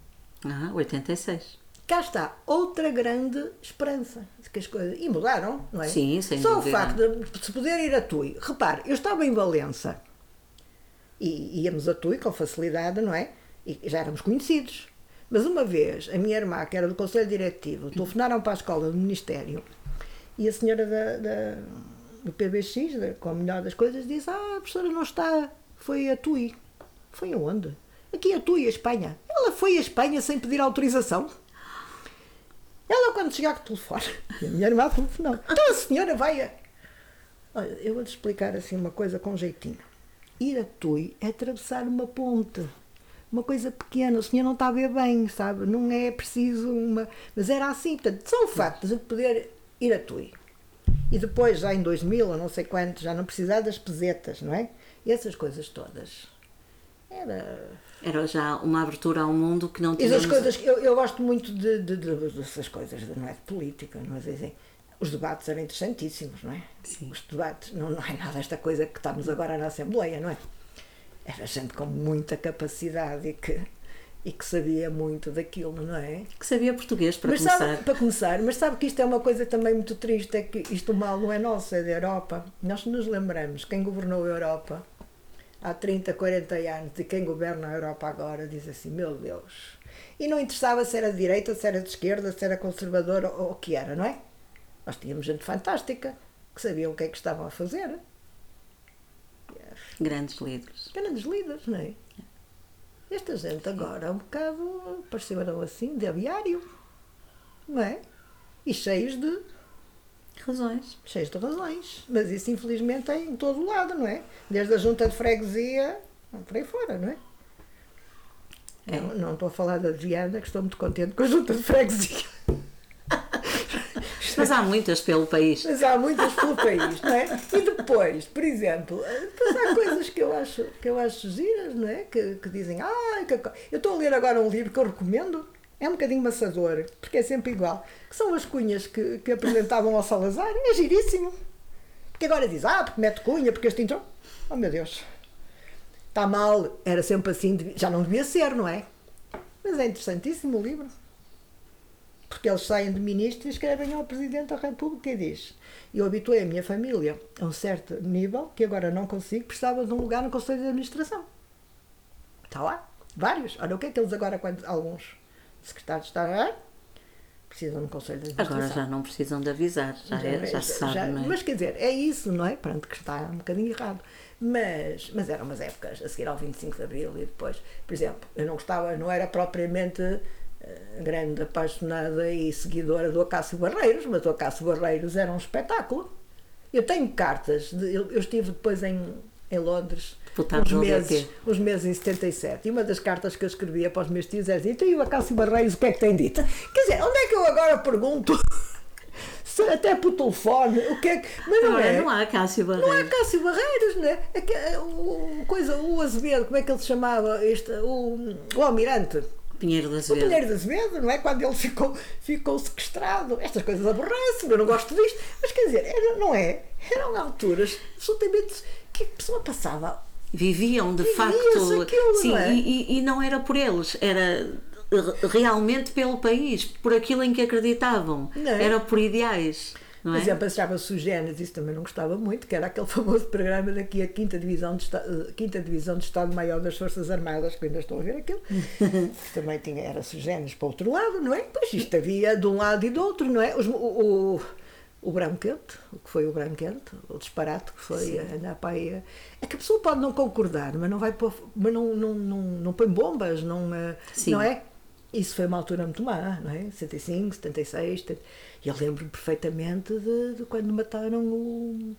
86. Cá está, outra grande esperança. Que as coisas, e mudaram, não é? Sim, sem Só dúvida. o facto de se poder ir a Tui. Repare, eu estava em Valença e íamos a Tui com facilidade, não é? E já éramos conhecidos. Mas uma vez, a minha irmã, que era do Conselho Diretivo, telefonaram para a escola do Ministério e a senhora do PBX, com a melhor das coisas, disse: a professora não está, foi a Tui. Foi aonde? Aqui a Tui, a Espanha. Ela foi a Espanha sem pedir autorização. Ela, quando chegar com o telefone, e a minha irmã telefonou. Então a senhora vai a... Olha, eu vou-te explicar assim uma coisa com jeitinho. Ir a Tui é atravessar uma ponte. Uma coisa pequena. O senhor não está a ver bem, sabe? Não é preciso uma... Mas era assim. Portanto, só o facto de poder ir a Tui. E depois, já em 2000, ou não sei quanto, já não precisar das pesetas, não é? E essas coisas todas. Era já uma abertura ao mundo que não E tínhamos... as coisas, eu gosto muito dessas coisas, não é de política, mas assim, os debates eram interessantíssimos, não é? Sim. Os debates, não é nada esta coisa que estamos agora na Assembleia, não é? Era gente com muita capacidade e que sabia muito daquilo, não é? Que sabia português, para Mas começar. para começar, mas sabe que isto é uma coisa também muito triste, é que isto o mal não é nosso, é da Europa. Nós nos lembramos, quem governou a Europa há 30, 40 anos, e quem governa a Europa agora diz assim, meu Deus. E não interessava se era de direita, se era de esquerda, se era conservador ou o que era, não é? Nós tínhamos gente fantástica, que sabiam o que é que estavam a fazer. Grandes líderes. Grandes líderes, não é? Esta gente agora é um bocado, pareceram assim, de aviário, não é? E cheios de Razões. mas isso infelizmente é em todo o lado, não é? Desde a junta de freguesia por aí fora, não é? Não estou a falar da Viana, que estou muito contente com a junta de freguesia. Mas há muitas pelo país. Mas há muitas pelo país, não é? E depois, por exemplo, depois há coisas que eu acho giras, não é? Que dizem, eu estou a ler agora um livro que eu recomendo. É um bocadinho maçador, porque é sempre igual. Que são as cunhas que apresentavam ao Salazar. É giríssimo. Porque agora diz, porque mete cunha, porque este entrou. Oh meu Deus. Está mal. Era sempre assim. Já não devia ser, não é? Mas é interessantíssimo o livro. Porque eles saem de ministro e escrevem ao Presidente da República e diz: eu habituei a minha família a um certo nível que agora não consigo, precisava de um lugar no Conselho de Administração. Está lá. Vários. Olha, o que é que eles agora, alguns secretários de Estado, precisam de um Conselho de Administração. Agora já não precisam de avisar, já se sabe, não é? Mas quer dizer, é isso, não é? Pronto, que está um bocadinho errado. Mas eram umas épocas, a seguir ao 25 de Abril e depois, por exemplo, eu não gostava, não era propriamente grande apaixonada e seguidora do Acácio Barreiros, mas o Acácio Barreiros era um espetáculo. Eu tenho cartas, eu estive depois em Londres, uns meses em 77, e uma das cartas que eu escrevia para os meus tios era dizer, e o Acácio Barreiros o que é que tem dito? Quer dizer, onde é que eu agora pergunto? Até por telefone, o que é que... Mas não há Acácio Barreiros. Não há Acácio Barreiros, não é? O Azevedo, como é que ele se chamava? O Almirante. Pinheiro de Azevedo. O Pinheiro de Azevedo, não é? Quando ele ficou sequestrado. Estas coisas aborrecem-me, eu não gosto disto. Mas quer dizer, não é? Eram alturas absolutamente que a pessoa passava. Viviam de facto. Aquilo, sim, não é? E não era por eles, era realmente pelo país, por aquilo em que acreditavam. Não é? Era por ideais. Não Por é? exemplo, achava-se o Génesis, isso também não gostava muito, que era aquele famoso programa daqui a 5ª Divisão de Estado-Maior das Forças Armadas, que eu ainda estou a ver aquilo, que também era-se o Génesis para o outro lado, não é? Pois isto havia de um lado e do outro, não é? O Branquente, o que foi o Branquente, o disparate que foi andar para aí. É que a pessoa pode não concordar, mas não vai pôr, mas não põe bombas, não é? Isso foi uma altura muito má, não é? 75, 76, eu lembro-me perfeitamente de quando mataram o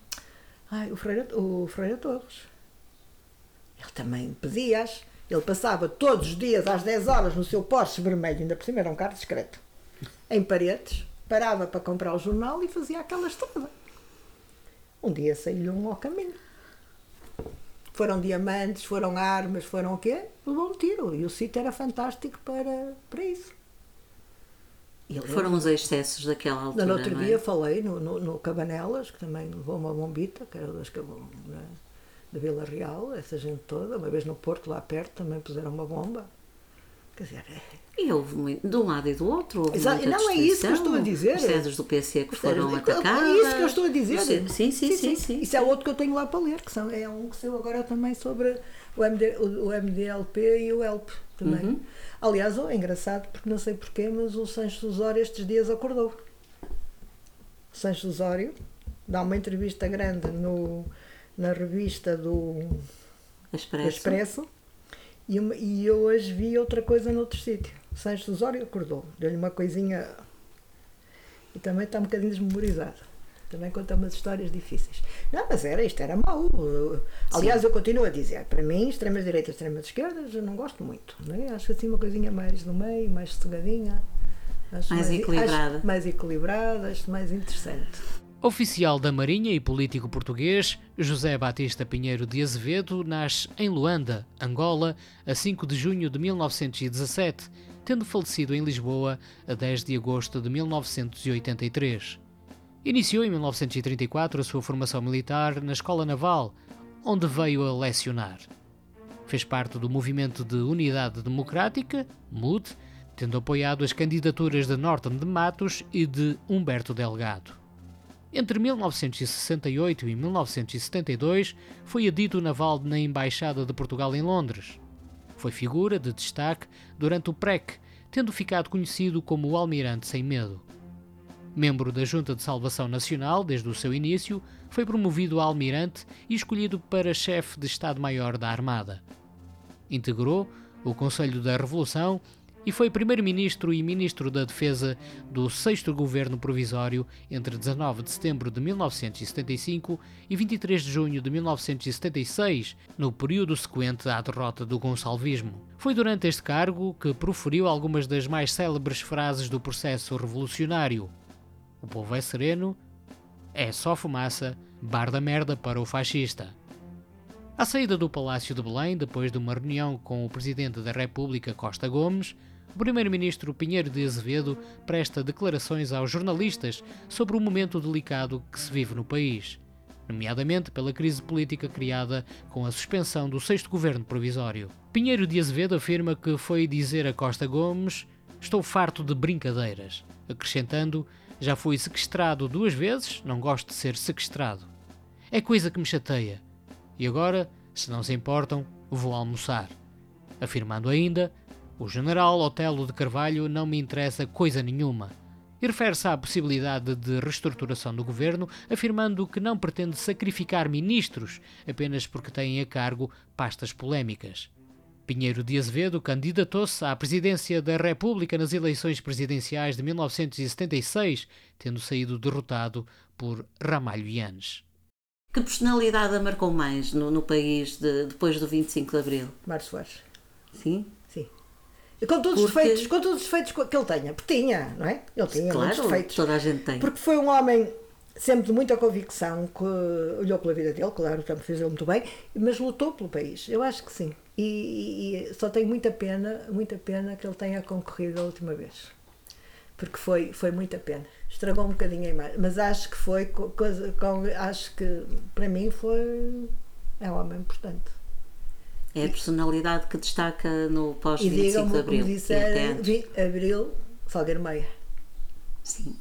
Freire Torres. Ele também pedia-as. Ele passava todos os dias às 10 horas no seu Porsche vermelho, ainda por cima era um carro discreto, em Paredes, parava para comprar o jornal e fazia aquela estrada. Um dia saiu-lhe um ao caminho. Foram diamantes, foram armas, foram o quê? Levou um tiro. E o sítio era fantástico para isso. Foram os excessos daquela altura, No outro não é? dia falei no Cabanelas, que também levou uma bombita, que era da Vila Real, essa gente toda. Uma vez no Porto, lá perto, também puseram uma bomba. Quer dizer, E houve muito, de um lado e do outro. Houve Exato, muita não é isso que eu estou a dizer. Os sedes do PC que foram atacados. É isso que eu estou a dizer. Sim. Isso é outro que eu tenho lá para ler, que é um que saiu agora também sobre o MDLP e o ELP também. Uhum. Aliás, é engraçado, porque não sei porquê, mas o Sancho Osório estes dias acordou. O Sancho Osório dá uma entrevista grande na revista do Expresso. E eu hoje vi outra coisa noutro sítio. Sancho Osório acordou, deu-lhe uma coisinha e também está um bocadinho desmemorizado. Também conta umas histórias difíceis. Não, mas isto era mau. Aliás, eu continuo a dizer, para mim, extremas direitas, extremas esquerdas, eu não gosto muito. Não é? Acho assim uma coisinha mais no meio, mais sossegadinha. Mais equilibrada. Acho mais equilibrada, acho mais interessante. Oficial da Marinha e político português, José Batista Pinheiro de Azevedo nasce em Luanda, Angola, a 5 de junho de 1917, tendo falecido em Lisboa a 10 de agosto de 1983. Iniciou em 1934 a sua formação militar na Escola Naval, onde veio a lecionar. Fez parte do Movimento de Unidade Democrática, MUD, tendo apoiado as candidaturas de Norton de Matos e de Humberto Delgado. Entre 1968 e 1972 foi adito naval na Embaixada de Portugal em Londres. Foi figura de destaque durante o PREC, tendo ficado conhecido como o Almirante Sem Medo. Membro da Junta de Salvação Nacional desde o seu início, foi promovido a almirante e escolhido para chefe de Estado-Maior da Armada. Integrou o Conselho da Revolução e foi primeiro-ministro e ministro da Defesa do 6º Governo Provisório entre 19 de setembro de 1975 e 23 de junho de 1976, no período sequente à derrota do gonçalvismo. Foi durante este cargo que proferiu algumas das mais célebres frases do processo revolucionário. O povo é sereno, é só fumaça, bar da merda para o fascista. À saída do Palácio de Belém, depois de uma reunião com o Presidente da República, Costa Gomes, o Primeiro-Ministro Pinheiro de Azevedo presta declarações aos jornalistas sobre o momento delicado que se vive no país, nomeadamente pela crise política criada com a suspensão do 6º Governo Provisório. Pinheiro de Azevedo afirma que foi dizer a Costa Gomes: "Estou farto de brincadeiras", acrescentando: "Já fui sequestrado 2 vezes, não gosto de ser sequestrado. É coisa que me chateia. E agora, se não se importam, vou almoçar." Afirmando ainda: "O general Otelo de Carvalho não me interessa coisa nenhuma." E refere-se à possibilidade de reestruturação do governo, afirmando que não pretende sacrificar ministros apenas porque têm a cargo pastas polémicas. Pinheiro de Azevedo candidatou-se à presidência da República nas eleições presidenciais de 1976, tendo saído derrotado por Ramalho Yanes. Que personalidade a marcou mais no país depois do 25 de Abril? Mário Soares. Sim? Sim. E com todos os defeitos que ele tenha. Porque tinha, não é? Ele tinha muitos defeitos. Toda a gente tem. Porque foi um homem sempre de muita convicção, que olhou pela vida dele, claro, também fez ele muito bem, mas lutou pelo país. Eu acho que sim. E só tenho muita pena que ele tenha concorrido a última vez. Porque foi muita pena. Estragou um bocadinho a imagem. Mas acho que foi acho que para mim é um homem importante. É a personalidade que destaca no pós-25 de Abril. Como disseram, Abril, Salgueiro Meia. Sim.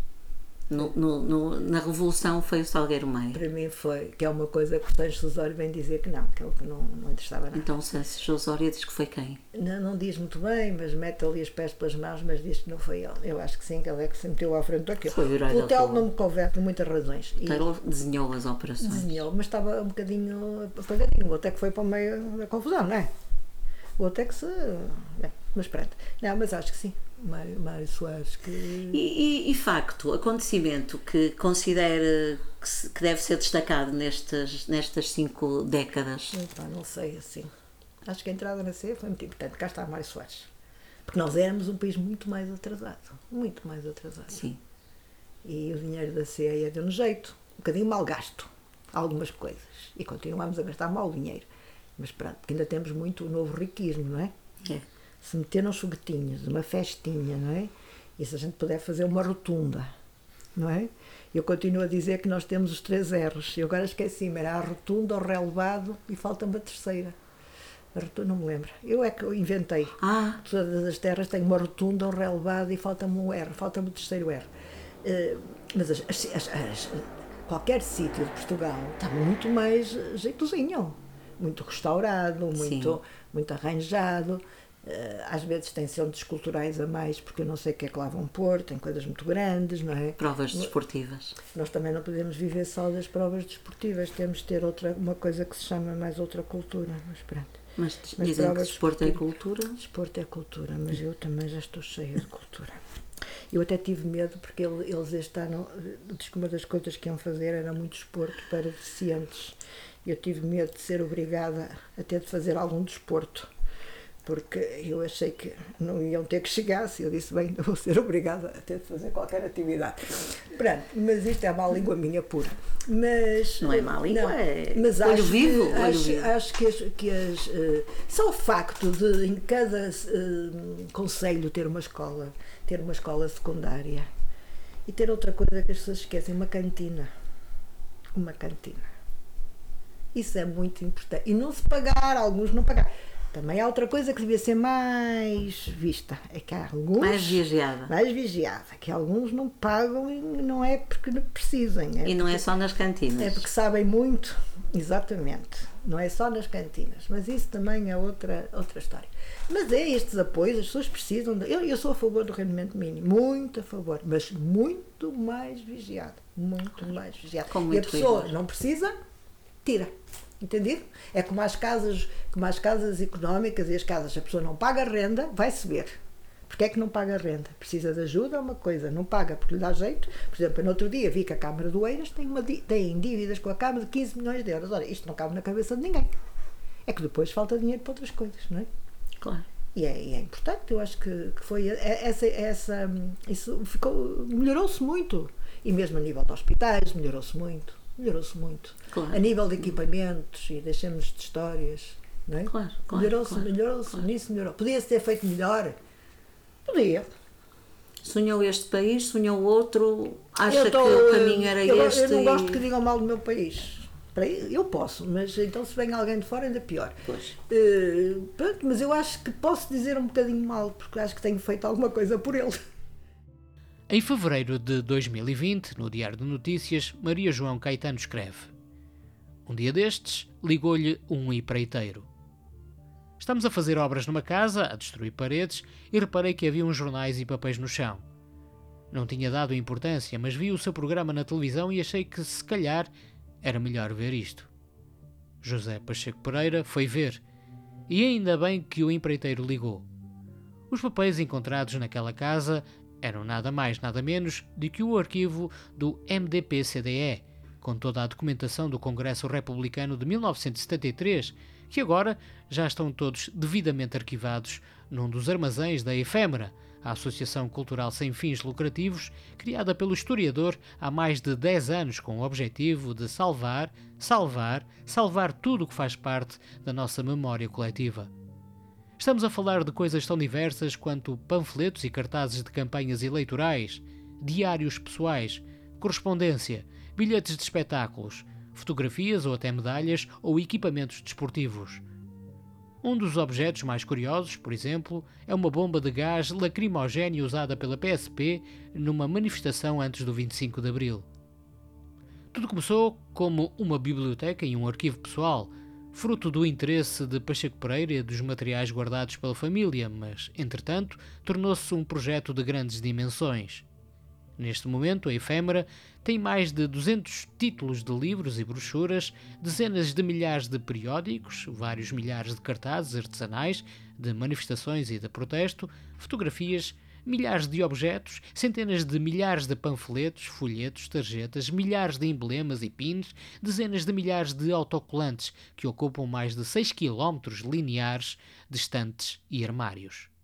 Na Revolução foi o Salgueiro Meia. Para mim foi, que é uma coisa que o Sancho Osório vem dizer que ele que não interessava nada. Então o Sancho Osório diz que foi quem? Não diz muito bem, mas mete ali os pés pelas mãos, mas diz que não foi ele. Eu acho que sim, que ele é que se meteu à frente daquilo. Foi o herói O Telo não me converte por muitas razões. O Telo desenhou as operações. Desenhou, mas estava um bocadinho apagadinho. O outro é que foi para o meio da confusão, não é? O outro é que se... mas pronto. Não, mas acho que sim. Mário Soares que... E facto, acontecimento que considere que deve ser destacado nestas 5 décadas? Não sei, assim. Acho que a entrada na CE foi muito importante. Cá está Mário Soares. Porque nós éramos um país muito mais atrasado. Muito mais atrasado. Sim. E o dinheiro da CE deu-nos jeito. Um bocadinho mal gasto. algumas coisas. E continuamos a gastar mau dinheiro. Mas pronto, porque ainda temos muito o novo riquismo, não é? É. Se meter uns foguetinhos, uma festinha, não é? E se a gente puder fazer uma rotunda, não é? Eu continuo a dizer que nós temos os 3 R's. Eu agora esqueci-me, era a rotunda, o relevado e falta-me a terceira. A rotunda, não me lembro. Eu é que eu inventei. Todas as terras têm uma rotunda, um relevado e falta-me um R, falta-me o terceiro R. Mas qualquer sítio de Portugal está muito mais jeitosinho. Muito restaurado, muito arranjado. Às vezes tem centros culturais a mais, porque eu não sei o que é que lá vão pôr, tem coisas muito grandes, não é? Provas desportivas. Nós também não podemos viver só das provas desportivas, temos de ter uma coisa que se chama mais outra cultura, mas pronto. Mas dizem que desporto é cultura? Desporto é cultura, mas eu também já estou cheia de cultura. Eu até tive medo, porque eles este ano, diz que uma das coisas que iam fazer era muito desporto para deficientes. Eu tive medo de ser obrigada a ter de fazer algum desporto, porque eu achei que não iam ter que chegar, se eu disse, bem, vou ser obrigada a ter de fazer qualquer atividade. Pronto, mas isto é má língua minha pura. Mas, não é má língua, não, é mas olho vivo. Acho que só o facto de em cada concelho ter uma escola secundária e ter outra coisa que as pessoas esquecem, uma cantina. Uma cantina. Isso é muito importante. E não se pagar, alguns não pagar. Também há outra coisa que devia ser mais vista, é que há alguns... Mais vigiada, que alguns não pagam e não é porque não precisem. E não é só nas cantinas. É porque sabem muito, exatamente. Não é só nas cantinas, mas isso também é outra história. Mas é estes apoios, as pessoas precisam... Eu sou a favor do rendimento mínimo, muito a favor, mas muito mais vigiado. Muito mais vigiado. E a pessoa não precisa, tira. Entendido? É como as casas económicas e as casas, a pessoa não paga renda, vai-se ver. Porque é que não paga renda? Precisa de ajuda a uma coisa, não paga porque lhe dá jeito. Por exemplo, no outro dia vi que a Câmara do Eiras tem dívidas com a Câmara de 15 milhões de euros. Ora, isto não cabe na cabeça de ninguém. É que depois falta dinheiro para outras coisas, não é? Claro. E é importante, eu acho que foi isso melhorou-se muito. E mesmo a nível de hospitais, melhorou-se muito. Claro. A nível de equipamentos, e deixemos de histórias, não é? Claro. Melhorou-se, nisso melhorou. Podia-se ter feito melhor? Podia. Sonhou este país, sonhou outro, acha que o caminho era este? Eu não gosto que digam mal do meu país. Eu posso, mas então se vem alguém de fora ainda pior. Pois. Pronto, mas eu acho que posso dizer um bocadinho mal, porque acho que tenho feito alguma coisa por ele. Em fevereiro de 2020, no Diário de Notícias, Maria João Caetano escreve: um dia destes, ligou-lhe um empreiteiro. Estamos a fazer obras numa casa, a destruir paredes, e reparei que havia uns jornais e papéis no chão. Não tinha dado importância, mas vi o seu programa na televisão e achei que, se calhar, era melhor ver isto. José Pacheco Pereira foi ver, e ainda bem que o empreiteiro ligou. Os papéis encontrados naquela casa eram nada mais, nada menos do que o arquivo do MDP-CDE, com toda a documentação do Congresso Republicano de 1973, que agora já estão todos devidamente arquivados num dos armazéns da Efêmera, a Associação Cultural Sem Fins Lucrativos, criada pelo historiador há mais de 10 anos com o objetivo de salvar tudo o que faz parte da nossa memória coletiva. Estamos a falar de coisas tão diversas quanto panfletos e cartazes de campanhas eleitorais, diários pessoais, correspondência, bilhetes de espetáculos, fotografias ou até medalhas ou equipamentos desportivos. Um dos objetos mais curiosos, por exemplo, é uma bomba de gás lacrimogéneo usada pela PSP numa manifestação antes do 25 de Abril. Tudo começou como uma biblioteca e um arquivo pessoal, fruto do interesse de Pacheco Pereira e dos materiais guardados pela família, mas, entretanto, tornou-se um projeto de grandes dimensões. Neste momento, a Efêmera tem mais de 200 títulos de livros e brochuras, dezenas de milhares de periódicos, vários milhares de cartazes artesanais, de manifestações e de protesto, fotografias, milhares de objetos, centenas de milhares de panfletos, folhetos, tarjetas, milhares de emblemas e pins, dezenas de milhares de autocolantes que ocupam mais de 6 km lineares de estantes e armários.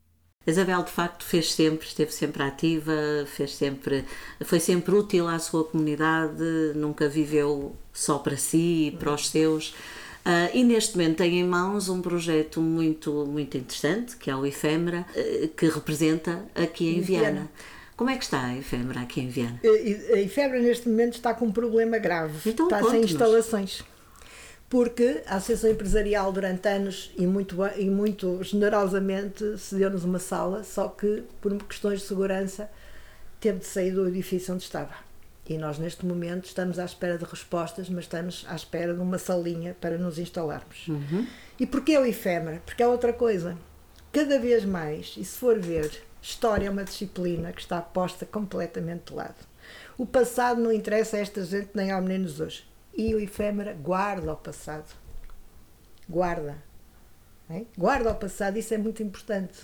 A Isabel, de facto, esteve sempre ativa, foi sempre útil à sua comunidade, nunca viveu só para si e para os seus. E neste momento tem em mãos um projeto muito, muito interessante, que é o Efêmera, que representa aqui em Viana. Como é que está a Efêmera aqui em Viana? A Efêmera neste momento está com um problema grave, Então, está sem conte-nos. instalações. Porque a Associação Empresarial durante anos e muito generosamente cedeu-nos uma sala, só que por questões de segurança teve de sair do edifício onde estava. E nós neste momento estamos à espera de respostas, mas estamos à espera de uma salinha para nos instalarmos. E porquê o Efêmera? Porque é outra coisa. Cada vez mais, e se for ver, história é uma disciplina que está posta completamente de lado. O passado não interessa a esta gente nem ao meninos hoje. E o Efêmera guarda o passado. Guarda. Hein? Guarda o passado, isso é muito importante.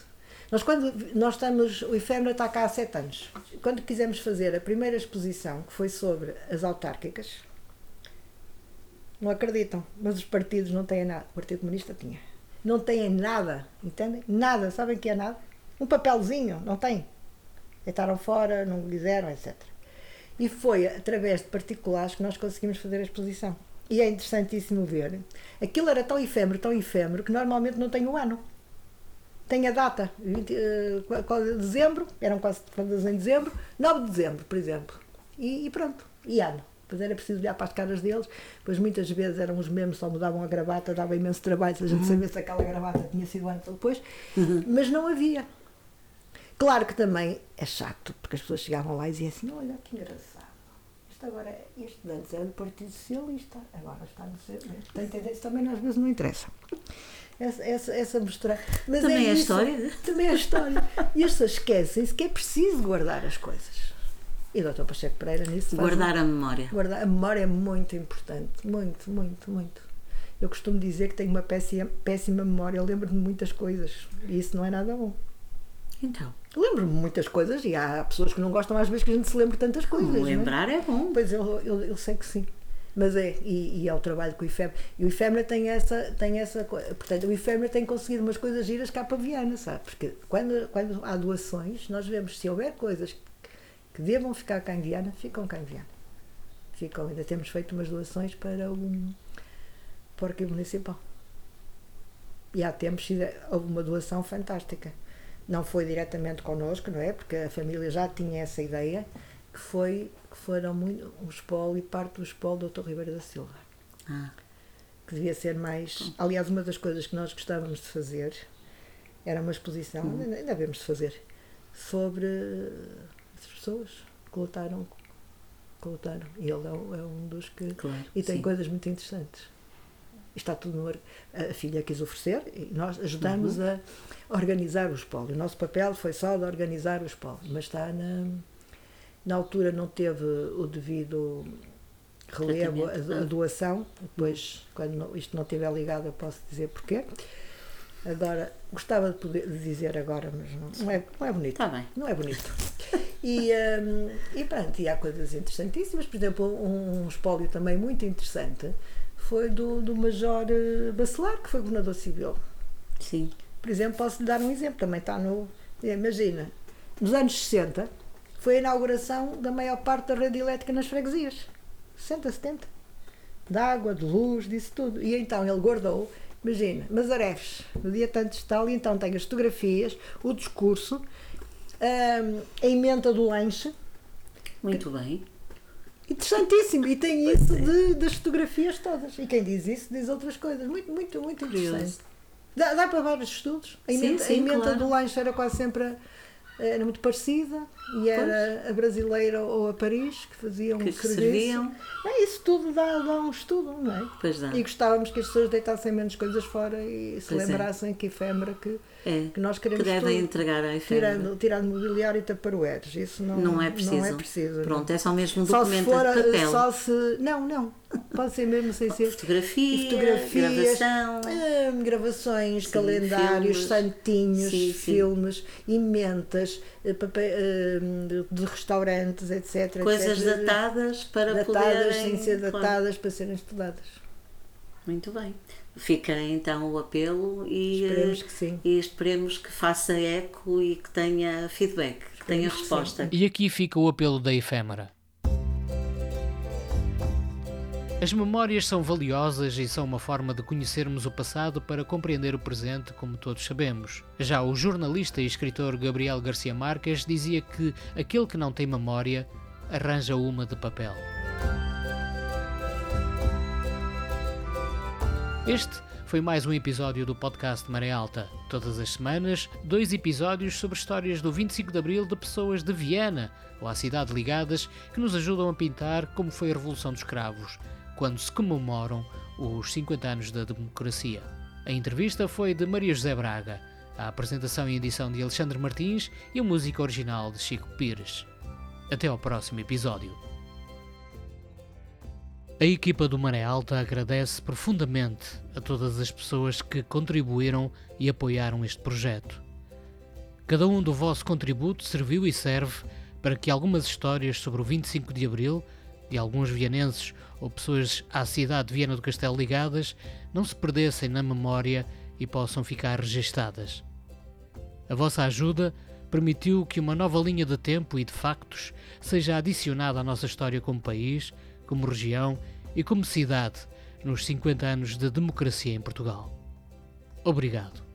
O Efêmera está cá há 7 anos. Quando quisemos fazer a primeira exposição, que foi sobre as autárquicas, não acreditam, mas os partidos não têm nada. O Partido Comunista tinha. Não têm nada, entendem? Nada, sabem o que é nada? Um papelzinho, não tem. Deitaram fora, não quiseram, etc. E foi através de particulares que nós conseguimos fazer a exposição. E é interessantíssimo ver. Aquilo era tão efêmero, que normalmente não tem o ano. Tem a data. Dezembro, eram quase todas em dezembro, 9 de dezembro, por exemplo. E pronto, e ano. Depois era preciso olhar para as caras deles, pois muitas vezes eram os mesmos, só mudavam a gravata, dava imenso trabalho se a gente sabia se aquela gravata tinha sido antes ou depois, mas não havia. Claro que também é chato, porque as pessoas chegavam lá e diziam assim, olha que engraçado, este de antes era do Partido Socialista, agora está no seu, portanto isso também às vezes não interessa. Essa mistura. Mas também é a isso, história. Também é a história. E as pessoas esquecem-se que é preciso guardar as coisas. E o Dr. Pacheco Pereira nisso Guardar a memória. A memória é muito importante, muito, muito, muito. Eu costumo dizer que tenho uma péssima memória, eu lembro-me de muitas coisas e isso não é nada bom. Então, Lembro-me de muitas coisas e há pessoas que não gostam às vezes que a gente se lembre de tantas coisas. lembrar é bom. Pois eu sei que sim. Mas e é o trabalho que o Efêmera. E o Efêmera tem essa coisa. Portanto, o Efêmera tem conseguido umas coisas giras cá para Viana, sabe? Porque quando há doações, nós vemos se houver coisas que devam ficar cá em Viana, ficam cá em Viana. Ainda temos feito umas doações para o Arquivo Municipal. E há tempos houve uma doação fantástica. Não foi diretamente connosco, não é? Porque a família já tinha essa ideia, que foram muito um espólio, parte do espólio do Dr. Ribeiro da Silva. Que devia ser mais... Aliás, uma das coisas que nós gostávamos de fazer era uma exposição, ainda devemos de fazer, sobre as pessoas que lutaram. E ele é um dos que... Claro, e tem sim. coisas muito interessantes. Está tudo a filha quis oferecer e nós ajudamos a organizar o espólio. O nosso papel foi só de organizar o espólio, mas está na altura não teve o devido relevo a doação. Depois, quando isto não estiver ligado, eu posso dizer porquê. Agora, gostava de poder dizer agora, mas não é bonito. Está bem. Não é bonito. E pronto, e há coisas interessantíssimas. Por exemplo, um espólio também muito interessante foi do Major Bacelar, que foi governador civil. Sim. Por exemplo, posso-lhe dar um exemplo, também está no... Imagina, nos anos 60 foi a inauguração da maior parte da rede elétrica nas freguesias. 60, 70. De água, de luz, disso tudo. E então ele guardou, imagina, Masarefes, no dia tanto de tal, e então tem as fotografias, o discurso, a emenda do lanche. Muito bem. Interessantíssimo, e tem isso das fotografias todas. E quem diz isso diz outras coisas. Muito, muito, muito interessante. Dá para vários estudos. A emenda claro. do lanche era quase sempre era muito parecida, e era a brasileira ou a Paris que faziam que um serviço. serviam. Isso tudo dá um estudo, não é? Pois dá. E gostávamos que as pessoas deitassem menos coisas fora e se Pois lembrassem que Efêmera que nós queremos que devem tudo, entregar à Efêmera. tirando mobiliário e taparoeiros. Isso não é preciso. Pronto, é só mesmo um Só documento se for, de papel. só se... Não. Pode ser mesmo sem ser... Fotografias, gravação, gravações, sim, calendários, filmes. santinhos, Sim. filmes, emendas, de restaurantes, etc. Coisas etc. datadas para datadas, poderem... sem ser claro. datadas, para serem estudadas. Muito bem. Fica então o apelo e Esperemos que sim. E esperemos que faça eco e que tenha feedback, que tenha resposta. E aqui fica o apelo da efêmera. As memórias são valiosas e são uma forma de conhecermos o passado para compreender o presente, como todos sabemos. Já o jornalista e escritor Gabriel Garcia Marques dizia que aquele que não tem memória arranja uma de papel. Este foi mais um episódio do podcast Maré Alta. Todas as semanas, 2 episódios sobre histórias do 25 de Abril de pessoas de Viana ou à cidade ligadas que nos ajudam a pintar como foi a Revolução dos Cravos, quando se comemoram os 50 anos da democracia. A entrevista foi de Maria José Braga, a apresentação e edição de Alexandre Martins e a música original de Chico Pires. Até ao próximo episódio. A equipa do Maré Alta agradece profundamente a todas as pessoas que contribuíram e apoiaram este projeto. Cada um do vosso contributo serviu e serve para que algumas histórias sobre o 25 de Abril, de alguns vianenses ou pessoas à cidade de Viana do Castelo ligadas, não se perdessem na memória e possam ficar registadas. A vossa ajuda permitiu que uma nova linha de tempo e de factos seja adicionada à nossa história como país, como região e como cidade nos 50 anos de democracia em Portugal. Obrigado.